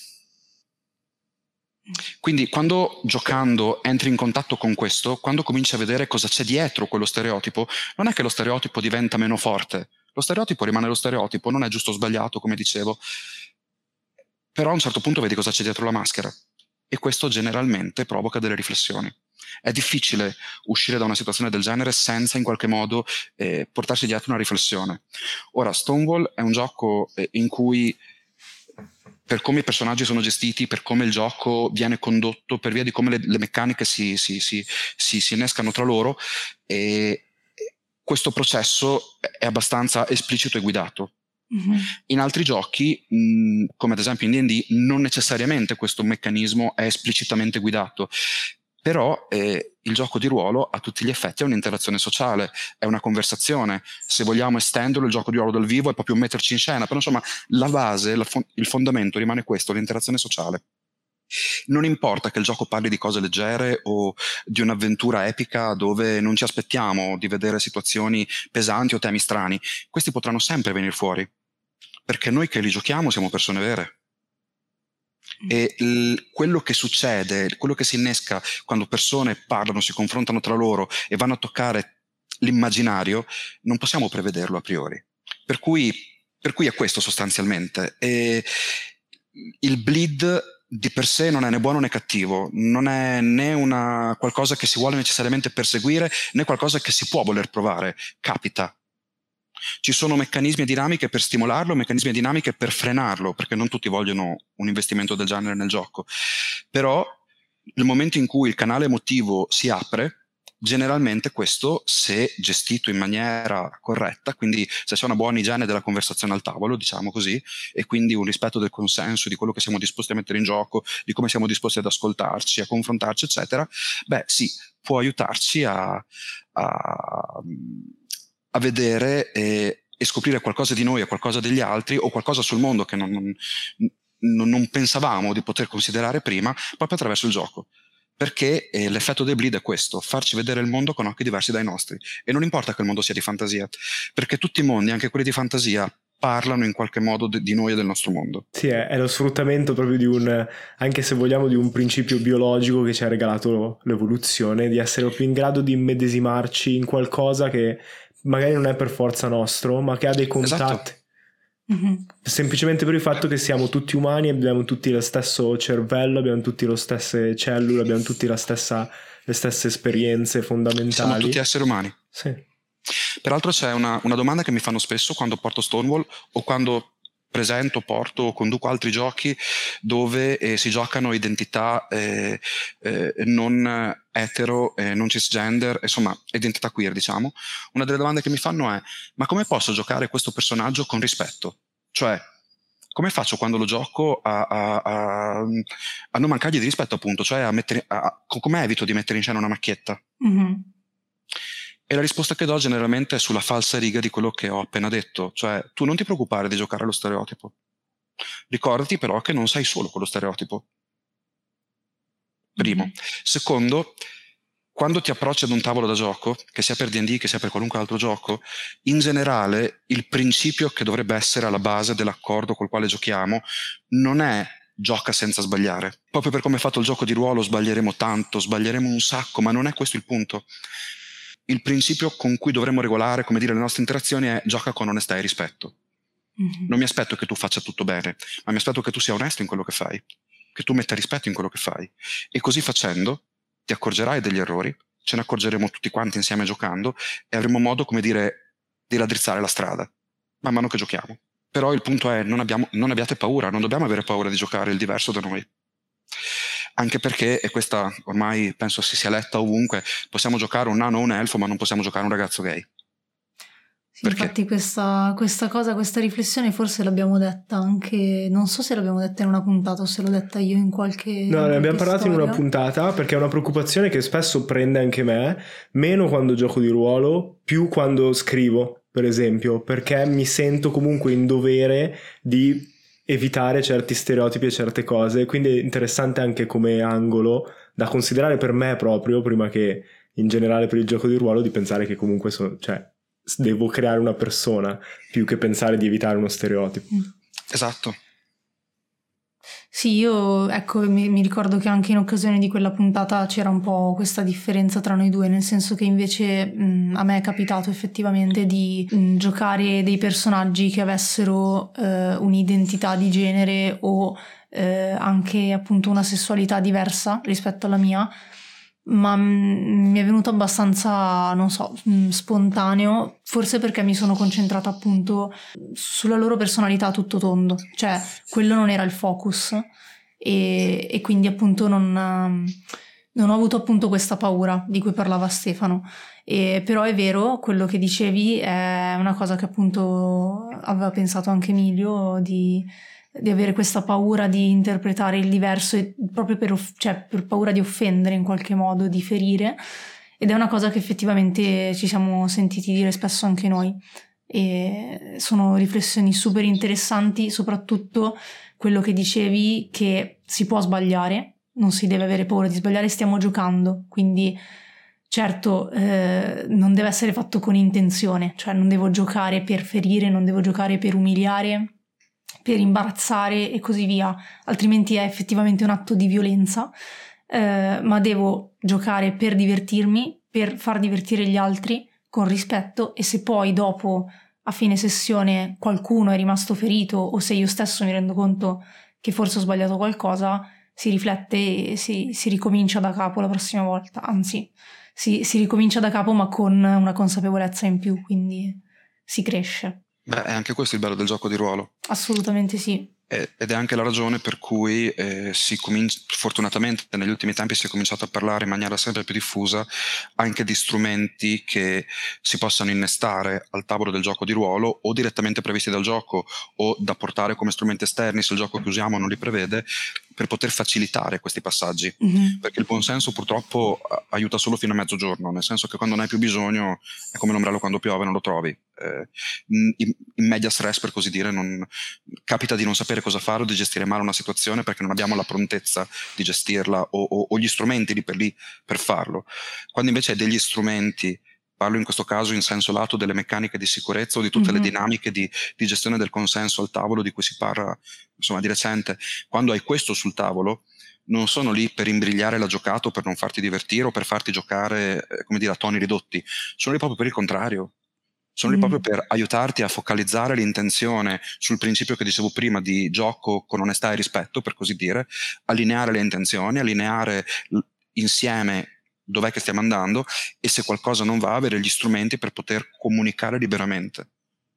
Quindi quando giocando entri in contatto con questo, quando cominci a vedere cosa c'è dietro quello stereotipo, non è che lo stereotipo diventa meno forte. Lo stereotipo rimane lo stereotipo, non è giusto o sbagliato, come dicevo. Però a un certo punto vedi cosa c'è dietro la maschera. E questo generalmente provoca delle riflessioni. È difficile uscire da una situazione del genere senza in qualche modo portarsi dietro una riflessione. Ora, Stonewall è un gioco in cui, per come i personaggi sono gestiti, per come il gioco viene condotto, per via di come le meccaniche si innescano tra loro, questo processo è abbastanza esplicito e guidato. In altri giochi, come ad esempio in D&D, non necessariamente questo meccanismo è esplicitamente guidato, però il gioco di ruolo a tutti gli effetti è un'interazione sociale, è una conversazione. Se vogliamo estenderlo, il gioco di ruolo dal vivo è proprio metterci in scena, però insomma la base, il fondamento rimane questo, l'interazione sociale. Non importa che il gioco parli di cose leggere o di un'avventura epica dove non ci aspettiamo di vedere situazioni pesanti o temi strani, questi potranno sempre venire fuori, perché noi che li giochiamo siamo persone vere. E quello che succede, quello che si innesca quando persone parlano, si confrontano tra loro e vanno a toccare l'immaginario, non possiamo prevederlo a priori. Per cui è questo sostanzialmente. E il bleed di per sé non è né buono né cattivo, non è né una qualcosa che si vuole necessariamente perseguire, né qualcosa che si può voler provare. Capita. Ci sono meccanismi e dinamiche per stimolarlo, meccanismi e dinamiche per frenarlo, perché non tutti vogliono un investimento del genere nel gioco. Però nel momento in cui il canale emotivo si apre, Generalmente questo, se gestito in maniera corretta, quindi se c'è una buona igiene della conversazione al tavolo, diciamo così, e quindi un rispetto del consenso, di quello che siamo disposti a mettere in gioco, di come siamo disposti ad ascoltarci, a confrontarci, eccetera, beh sì, può aiutarci a vedere e scoprire qualcosa di noi e qualcosa degli altri, o qualcosa sul mondo che non pensavamo di poter considerare prima, proprio attraverso il gioco. Perché l'effetto del bleed è questo: farci vedere il mondo con occhi diversi dai nostri. E non importa che il mondo sia di fantasia, perché tutti i mondi, anche quelli di fantasia, parlano in qualche modo di noi e del nostro mondo. Sì, è lo sfruttamento proprio di anche se vogliamo, di un principio biologico che ci ha regalato l'evoluzione, di essere più in grado di immedesimarci in qualcosa che magari non è per forza nostro, ma che ha dei contatti. Esatto. Semplicemente per il fatto che siamo tutti umani, abbiamo tutti lo stesso cervello, abbiamo tutti le stesse cellule, abbiamo tutti le stesse esperienze fondamentali. Siamo tutti esseri umani. Sì. Peraltro c'è una domanda che mi fanno spesso quando porto Stonewall, o quando presento, porto o conduco altri giochi dove si giocano identità non etero, non cisgender, insomma identità queer, diciamo. Una delle domande che mi fanno è: ma come posso giocare questo personaggio con rispetto? Cioè, come faccio quando lo gioco a non mancargli di rispetto, appunto, cioè come evito di mettere in scena una macchietta? Mm-hmm. E la risposta che do generalmente è sulla falsa riga di quello che ho appena detto, cioè tu non ti preoccupare di giocare allo stereotipo, ricordati però che non sei solo quello stereotipo. Primo. Secondo, quando ti approcci ad un tavolo da gioco, che sia per D&D, che sia per qualunque altro gioco, in generale il principio che dovrebbe essere alla base dell'accordo col quale giochiamo non è gioca senza sbagliare. Proprio per come è fatto il gioco di ruolo sbaglieremo tanto, sbaglieremo un sacco, ma non è questo il punto. Il principio con cui dovremmo regolare, come dire, le nostre interazioni è: gioca con onestà e rispetto. Non mi aspetto che tu faccia tutto bene, ma mi aspetto che tu sia onesto in quello che fai, che tu metta rispetto in quello che fai. E così facendo ti accorgerai degli errori, ce ne accorgeremo tutti quanti insieme giocando, e avremo modo, come dire, di raddrizzare la strada man mano che giochiamo. Però il punto è: non abbiate paura, non dobbiamo avere paura di giocare il diverso da noi. Anche perché, e questa ormai penso si sia letta ovunque, possiamo giocare un nano o un elfo, ma non possiamo giocare un ragazzo gay. Sì, infatti questa riflessione forse l'abbiamo detta anche, non so se l'abbiamo detta in una puntata o se l'ho detta io in qualche... No, ne abbiamo parlato in una puntata, perché è una preoccupazione che spesso prende anche me, meno quando gioco di ruolo, più quando scrivo, per esempio, perché mi sento comunque in dovere di evitare certi stereotipi e certe cose, quindi è interessante anche come angolo da considerare per me proprio, prima che in generale per il gioco di ruolo, di pensare che comunque devo creare una persona più che pensare di evitare uno stereotipo. Esatto. Sì, io mi ricordo che anche in occasione di quella puntata c'era un po' questa differenza tra noi due, nel senso che invece a me è capitato effettivamente di giocare dei personaggi che avessero un'identità di genere o anche appunto una sessualità diversa rispetto alla mia, ma mi è venuto abbastanza, non so, spontaneo, forse perché mi sono concentrata appunto sulla loro personalità a tutto tondo, cioè quello non era il focus e quindi appunto non ho avuto appunto questa paura di cui parlava Stefano. Però è vero, quello che dicevi è una cosa che appunto aveva pensato anche Emilio, di avere questa paura di interpretare il diverso proprio per paura di offendere in qualche modo, di ferire, ed è una cosa che effettivamente ci siamo sentiti dire spesso anche noi, e sono riflessioni super interessanti, soprattutto quello che dicevi, che si può sbagliare, non si deve avere paura di sbagliare, stiamo giocando, quindi certo non deve essere fatto con intenzione, cioè non devo giocare per ferire, non devo giocare per umiliare, per imbarazzare e così via, altrimenti è effettivamente un atto di violenza, ma devo giocare per divertirmi, per far divertire gli altri con rispetto, e se poi dopo a fine sessione qualcuno è rimasto ferito o se io stesso mi rendo conto che forse ho sbagliato qualcosa, si riflette e si ricomincia da capo la prossima volta, anzi si ricomincia da capo ma con una consapevolezza in più, quindi si cresce. Beh, è anche questo il bello del gioco di ruolo. Assolutamente sì. ed è anche la ragione per cui fortunatamente negli ultimi tempi si è cominciato a parlare in maniera sempre più diffusa anche di strumenti che si possano innestare al tavolo del gioco di ruolo o direttamente previsti dal gioco o da portare come strumenti esterni se il gioco che usiamo non li prevede, per poter facilitare questi passaggi, perché il buonsenso purtroppo aiuta solo fino a mezzogiorno, nel senso che quando ne hai più bisogno è come l'ombrello quando piove, non lo trovi. In media stress, per così dire, capita di non sapere cosa fare o di gestire male una situazione perché non abbiamo la prontezza di gestirla o gli strumenti lì per farlo. Quando invece hai degli strumenti, parlo in questo caso in senso lato delle meccaniche di sicurezza o di tutte le dinamiche di gestione del consenso al tavolo di cui si parla insomma di recente, quando hai questo sul tavolo non sono lì per imbrigliare la giocata o per non farti divertire o per farti giocare come dire a toni ridotti, sono lì proprio per il contrario. Sono lì proprio per aiutarti a focalizzare l'intenzione sul principio che dicevo prima di gioco con onestà e rispetto, per così dire, allineare le intenzioni, allineare insieme dov'è che stiamo andando e se qualcosa non va, avere gli strumenti per poter comunicare liberamente.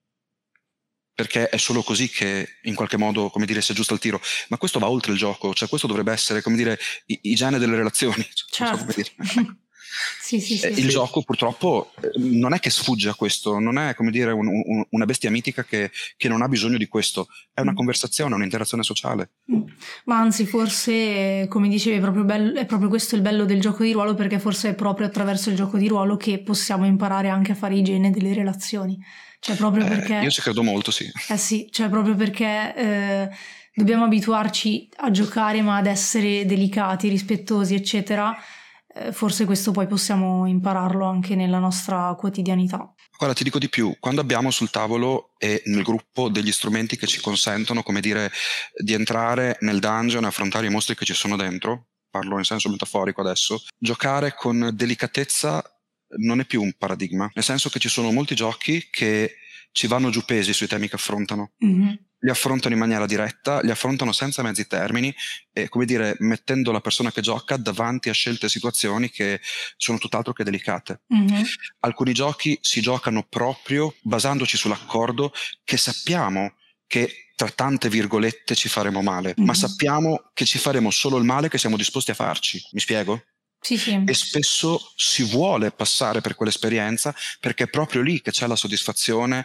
Perché è solo così che in qualche modo, come dire, si aggiusta il tiro. Ma questo va oltre il gioco, cioè questo dovrebbe essere, come dire, igiene delle relazioni. Certo. Non so come dire. Sì. Gioco purtroppo non è che sfugge a questo, non è come dire una bestia mitica che non ha bisogno di questo, è una conversazione, un'interazione sociale. Ma anzi forse, come dicevi, è proprio questo il bello del gioco di ruolo, perché forse è proprio attraverso il gioco di ruolo che possiamo imparare anche a fare igiene delle relazioni. Cioè proprio perché... Io ci credo molto, sì. Sì, cioè proprio perché dobbiamo abituarci a giocare ma ad essere delicati, rispettosi, eccetera. Forse questo poi possiamo impararlo anche nella nostra quotidianità. Guarda, ti dico di più, quando abbiamo sul tavolo e nel gruppo degli strumenti che ci consentono, come dire, di entrare nel dungeon e affrontare i mostri che ci sono dentro, parlo in senso metaforico adesso, giocare con delicatezza non è più un paradigma, nel senso che ci sono molti giochi che ci vanno giù pesi sui temi che affrontano. Li affrontano in maniera diretta, li affrontano senza mezzi termini e, come dire, mettendo la persona che gioca davanti a scelte e situazioni che sono tutt'altro che delicate. Alcuni giochi si giocano proprio basandoci sull'accordo che sappiamo che tra tante virgolette ci faremo male, ma sappiamo che ci faremo solo il male che siamo disposti a farci. Mi spiego? Sì. E spesso si vuole passare per quell'esperienza perché è proprio lì che c'è la soddisfazione,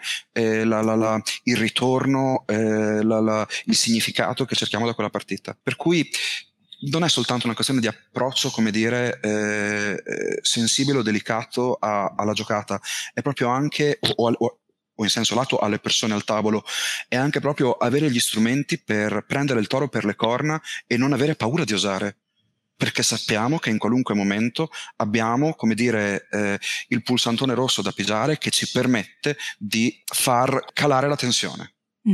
il ritorno, il significato che cerchiamo da quella partita. Per cui non è soltanto una questione di approccio, come dire, sensibile o delicato alla giocata, è proprio anche, o in senso lato alle persone al tavolo, è anche proprio avere gli strumenti per prendere il toro per le corna e non avere paura di osare. Perché sappiamo che in qualunque momento abbiamo, come dire, il pulsantone rosso da pigiare che ci permette di far calare la tensione.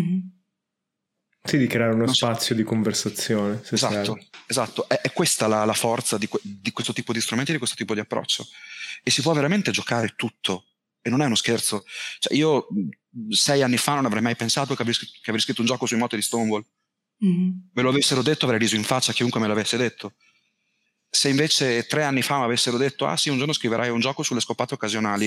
Sì, di creare uno spazio di conversazione. Esatto. È questa la forza di questo tipo di strumenti, di questo tipo di approccio. E si può veramente giocare tutto. E non è uno scherzo. Cioè, io 6 anni fa non avrei mai pensato che avrei scritto un gioco sui moti di Stonewall. Me lo avessero detto, avrei riso in faccia a chiunque me l'avesse detto. Se invece 3 anni fa mi avessero detto sì, un giorno scriverai un gioco sulle scopate occasionali,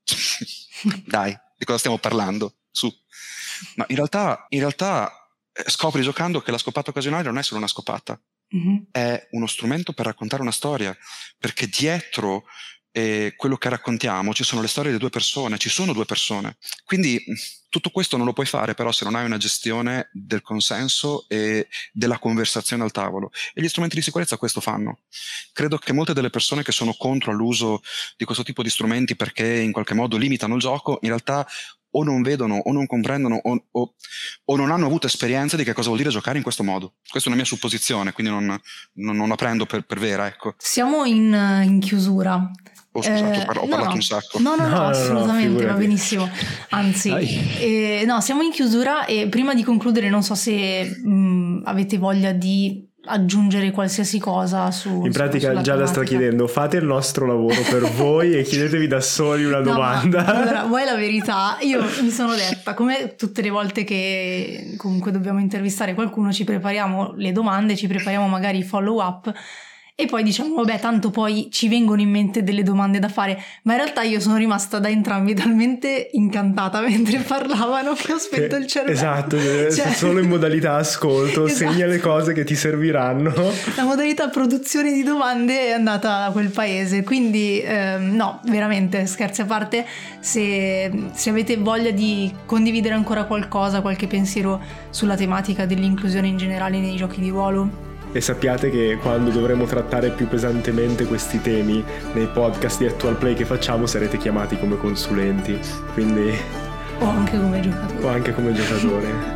dai, di cosa stiamo parlando? Su. No, in realtà scopri giocando che la scopata occasionale non è solo una scopata, è uno strumento per raccontare una storia, perché dietro quello che raccontiamo ci sono le storie di 2 persone, ci sono 2 persone. Quindi tutto questo non lo puoi fare però se non hai una gestione del consenso e della conversazione al tavolo, e gli strumenti di sicurezza questo fanno. Credo che molte delle persone che sono contro l'uso di questo tipo di strumenti perché in qualche modo limitano il gioco, in realtà o non vedono o non comprendono o non hanno avuto esperienza di che cosa vuol dire giocare in questo modo. Questa è una mia supposizione, quindi non la prendo per vera, ecco. Siamo in chiusura. Scusate, ho parlato un sacco. No, assolutamente, va benissimo. Anzi, siamo in chiusura e prima di concludere non so se avete voglia di aggiungere qualsiasi cosa su... In pratica Giada sta chiedendo: fate il nostro lavoro per voi e chiedetevi da soli una domanda. Allora, vuoi la verità? Io mi sono detta, come tutte le volte che comunque dobbiamo intervistare qualcuno, ci prepariamo le domande, ci prepariamo magari i follow up E poi diciamo, vabbè, tanto poi ci vengono in mente delle domande da fare, ma in realtà io sono rimasta da entrambi talmente incantata mentre parlavano che ho spento il cervello. Esatto, solo in modalità ascolto, Esatto. segna le cose che ti serviranno. La modalità produzione di domande è andata da quel paese, quindi no, veramente, scherzi a parte, se avete voglia di condividere ancora qualcosa, qualche pensiero sulla tematica dell'inclusione in generale nei giochi di ruolo. E sappiate che quando dovremo trattare più pesantemente questi temi nei podcast di Actual Play che facciamo sarete chiamati come consulenti, quindi... O anche come giocatore. O anche come giocatore.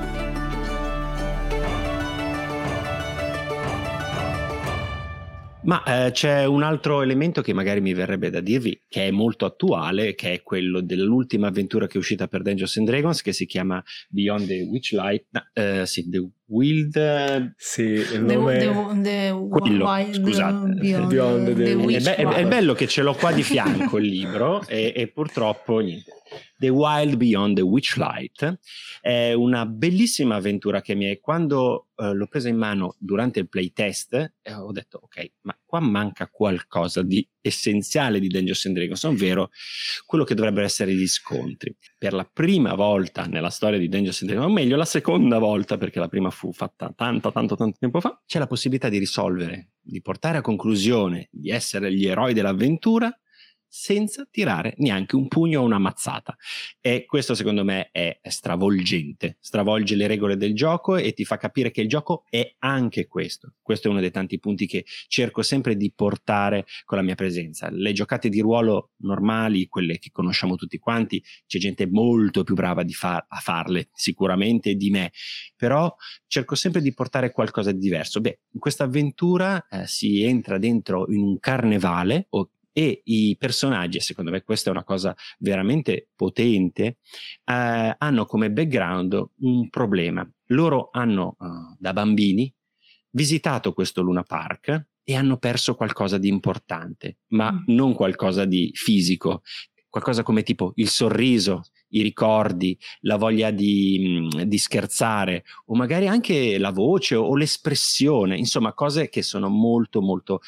Ma c'è un altro elemento che magari mi verrebbe da dirvi, che è molto attuale, che è quello dell'ultima avventura che è uscita per Dungeons and Dragons, che si chiama Beyond the Witchlight, The Wild... Sì, il nome... quello, scusate. Beyond the Witchlight. È bello che ce l'ho qua di fianco il libro e purtroppo niente. The Wild Beyond the Witchlight è una bellissima avventura che quando l'ho presa in mano durante il playtest ho detto ok, ma qua manca qualcosa di essenziale di Dungeons and Dragons, ovvero quello che dovrebbero essere gli scontri. Per la prima volta nella storia di Dungeons and Dragons, o meglio la seconda volta, perché la prima fu fatta tanto tempo fa, c'è la possibilità di risolvere, di portare a conclusione, di essere gli eroi dell'avventura senza tirare neanche un pugno o una mazzata, e questo secondo me è stravolgente, stravolge le regole del gioco e ti fa capire che il gioco è anche questo è uno dei tanti punti che cerco sempre di portare con la mia presenza. Le giocate di ruolo normali, quelle che conosciamo tutti quanti, c'è gente molto più brava a farle sicuramente di me, però cerco sempre di portare qualcosa di diverso. In questa avventura si entra dentro in un carnevale e i personaggi, secondo me questa è una cosa veramente potente, hanno come background un problema. Loro hanno da bambini visitato questo Luna Park e hanno perso qualcosa di importante, ma non qualcosa di fisico, qualcosa come tipo il sorriso, i ricordi, la voglia di scherzare, o magari anche la voce o l'espressione, insomma cose che sono molto molto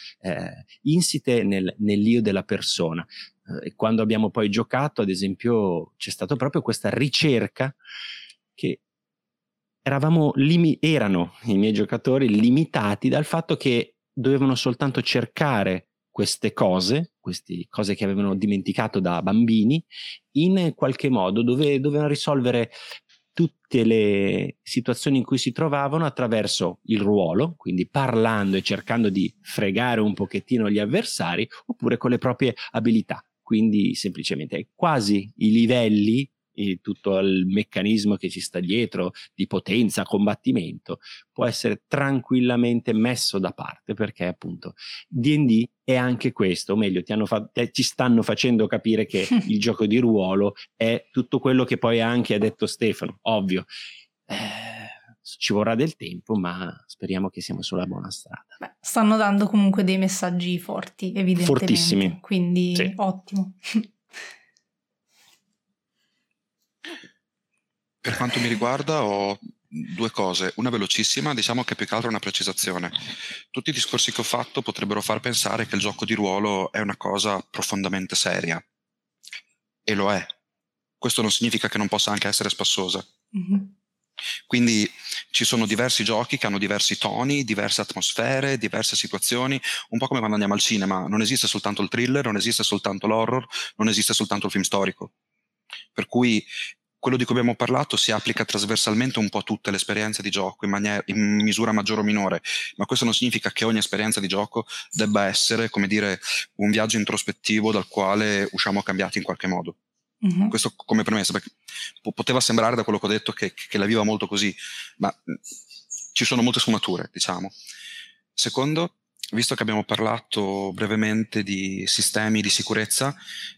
insite nell'io della persona. E quando abbiamo poi giocato, ad esempio, c'è stata proprio questa ricerca che erano i miei giocatori limitati dal fatto che dovevano soltanto cercare queste cose che avevano dimenticato da bambini, in qualche modo dovevano risolvere tutte le situazioni in cui si trovavano attraverso il ruolo, quindi parlando e cercando di fregare un pochettino gli avversari, oppure con le proprie abilità, quindi semplicemente quasi i livelli e tutto il meccanismo che ci sta dietro di potenza, combattimento, può essere tranquillamente messo da parte, perché appunto D&D è anche questo, o meglio ci stanno facendo capire che il gioco di ruolo è tutto quello che poi anche ha detto Stefano, ovvio. Ci vorrà del tempo, ma speriamo che siamo sulla buona strada. Stanno dando comunque dei messaggi forti, evidentemente. Fortissimi. Quindi sì. Ottimo. Per quanto mi riguarda ho due cose, una velocissima, diciamo che più che altro è una precisazione. Tutti i discorsi che ho fatto potrebbero far pensare che il gioco di ruolo è una cosa profondamente seria, e lo è. Questo non significa che non possa anche essere spassosa. Mm-hmm. Quindi ci sono diversi giochi che hanno diversi toni, diverse atmosfere, diverse situazioni, un po' come quando andiamo al cinema. Non esiste soltanto il thriller, non esiste soltanto l'horror, non esiste soltanto il film storico. Per cui quello di cui abbiamo parlato si applica trasversalmente un po' a tutte le esperienze di gioco in misura maggiore o minore, ma questo non significa che ogni esperienza di gioco debba essere, come dire, un viaggio introspettivo dal quale usciamo cambiati in qualche modo. Mm-hmm. Questo come premessa, perché poteva sembrare da quello che ho detto che la viva molto così, ma ci sono molte sfumature, diciamo. Secondo, visto che abbiamo parlato brevemente di sistemi di sicurezza,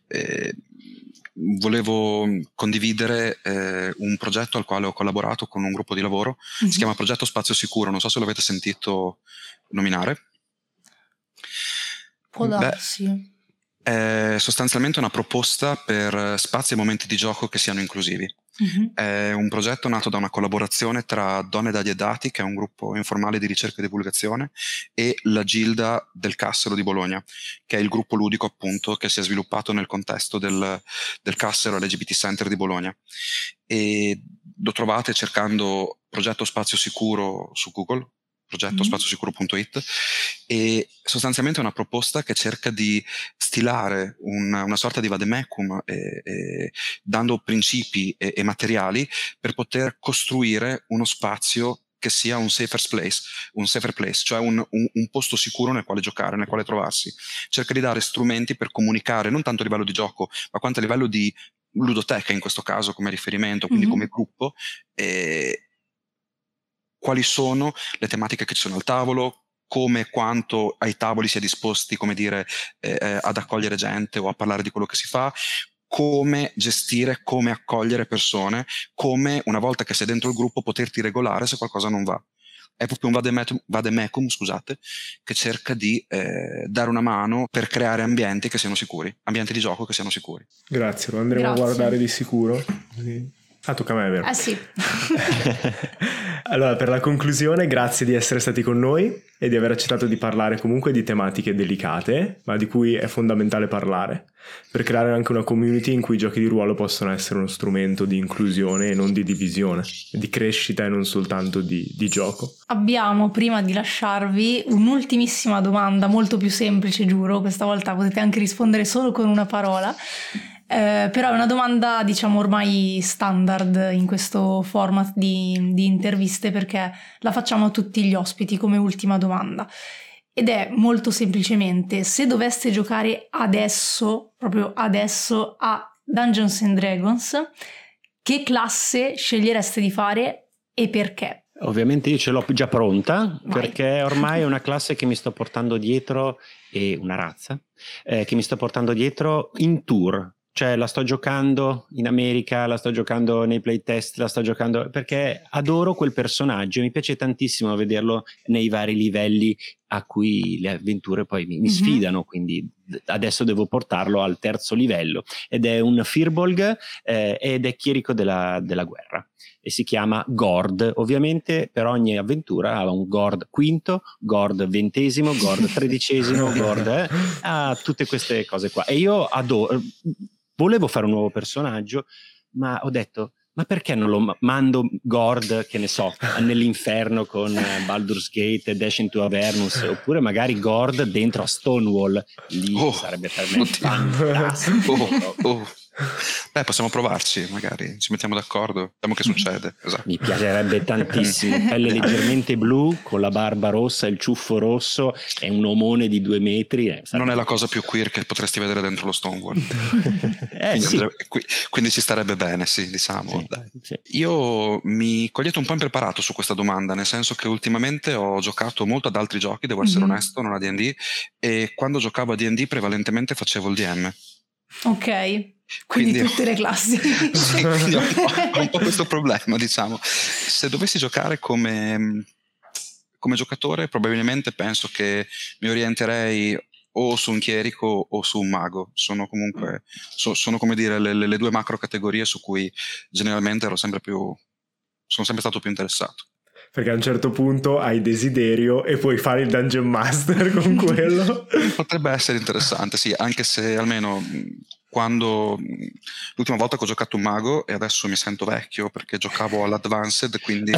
volevo condividere un progetto al quale ho collaborato con un gruppo di lavoro, si chiama Progetto Spazio Sicuro, non so se l'avete sentito nominare. Può darsi. È sostanzialmente una proposta per spazi e momenti di gioco che siano inclusivi. È un progetto nato da una collaborazione tra Donne Dadi e Dati, che è un gruppo informale di ricerca e divulgazione, e la Gilda del Cassero di Bologna, che è il gruppo ludico appunto che si è sviluppato nel contesto del Cassero LGBT Center di Bologna. E lo trovate cercando Progetto Spazio Sicuro su Google, progettospazio-sicuro.it, e sostanzialmente è una proposta che cerca di stilare una sorta di vademecum dando principi e materiali per poter costruire uno spazio che sia un safer place, cioè un posto sicuro nel quale giocare, nel quale trovarsi. Cerca di dare strumenti per comunicare non tanto a livello di gioco, ma quanto a livello di ludoteca in questo caso come riferimento, quindi come gruppo, quali sono le tematiche che ci sono al tavolo, come e quanto ai tavoli si è disposti, come dire, ad accogliere gente o a parlare di quello che si fa, come gestire, come accogliere persone, come una volta che sei dentro il gruppo poterti regolare se qualcosa non va. È proprio un vademecum, scusate, che cerca di dare una mano per creare ambienti che siano sicuri, ambienti di gioco che siano sicuri. Grazie, lo andremo a guardare di sicuro. Tocca a me, vero? Sì. Allora, per la conclusione, grazie di essere stati con noi e di aver accettato di parlare comunque di tematiche delicate, ma di cui è fondamentale parlare, per creare anche una community in cui i giochi di ruolo possono essere uno strumento di inclusione e non di divisione, di crescita e non soltanto di gioco. Abbiamo, prima di lasciarvi, un'ultimissima domanda, molto più semplice, giuro, questa volta potete anche rispondere solo con una parola. Però è una domanda, diciamo, ormai standard in questo format di interviste, perché la facciamo a tutti gli ospiti come ultima domanda, ed è molto semplicemente: se doveste giocare adesso, proprio adesso, a Dungeons and Dragons, che classe scegliereste di fare e perché? Ovviamente io ce l'ho già pronta. Vai. Perché ormai è una classe che mi sto portando dietro, e una razza che mi sto portando dietro in tour. Cioè la sto giocando in America, la sto giocando nei playtest, la sto giocando perché adoro quel personaggio, mi piace tantissimo vederlo nei vari livelli a cui le avventure poi mi sfidano, quindi adesso devo portarlo al terzo livello, ed è un Firbolg ed è chierico della guerra e si chiama Gord. Ovviamente per ogni avventura ha un Gord quinto, Gord 20°, Gord 13°, Gord tutte queste cose qua, e io adoro. Volevo fare un nuovo personaggio, ma ho detto: ma perché non lo mando Gord, che ne so, nell'inferno con Baldur's Gate e Dash into Avernus, oppure magari Gord dentro a Stonewall? Lì sarebbe per me fantastico. Beh, possiamo provarci, magari ci mettiamo d'accordo, vediamo che succede. Esatto. Mi piacerebbe tantissimo. Pelle leggermente blu, con la barba rossa, il ciuffo rosso, e un omone di 2 metri. Non è la cosa più queer che potresti vedere dentro lo Stonewall. Sì. Quindi ci starebbe bene, sì, diciamo. Sì, dai. Sì. Io mi cogliete un po' impreparato su questa domanda, nel senso che ultimamente ho giocato molto ad altri giochi, devo essere onesto, non a D&D, e quando giocavo a D&D prevalentemente facevo il DM. Ok. Quindi tutte le classi. Sì, ho un po' questo problema, diciamo. Se dovessi giocare come giocatore, probabilmente penso che mi orienterei o su un chierico o su un mago. Sono comunque sono come dire le due macro categorie su cui generalmente sono sempre stato più interessato. Perché a un certo punto hai desiderio e puoi fare il Dungeon Master con quello. Potrebbe essere interessante, sì, anche se almeno quando l'ultima volta che ho giocato un mago, e adesso mi sento vecchio perché giocavo all'Advanced, quindi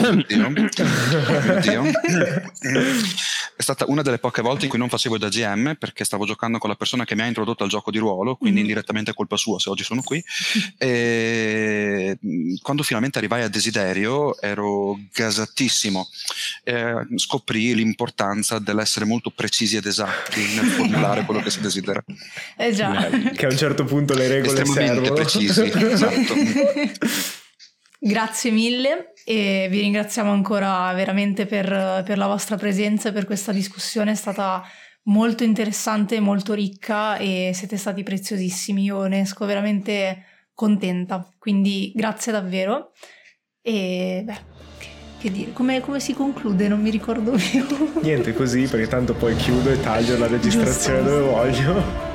è stata una delle poche volte in cui non facevo da GM, perché stavo giocando con la persona che mi ha introdotto al gioco di ruolo, quindi indirettamente è colpa sua se oggi sono qui, e quando finalmente arrivai a Desiderio ero gasatissimo. Scoprì l'importanza dell'essere molto precisi ed esatti nel formulare quello che si desidera. Già. Che a un certo punto le regole servono. Precisi, esatto. Grazie mille, e vi ringraziamo ancora veramente per la vostra presenza e per questa discussione. È stata molto interessante, molto ricca, e siete stati preziosissimi. Io ne esco veramente contenta, quindi grazie davvero. E che dire, come si conclude? Non mi ricordo più. Niente, così, perché tanto poi chiudo e taglio la registrazione dove voglio.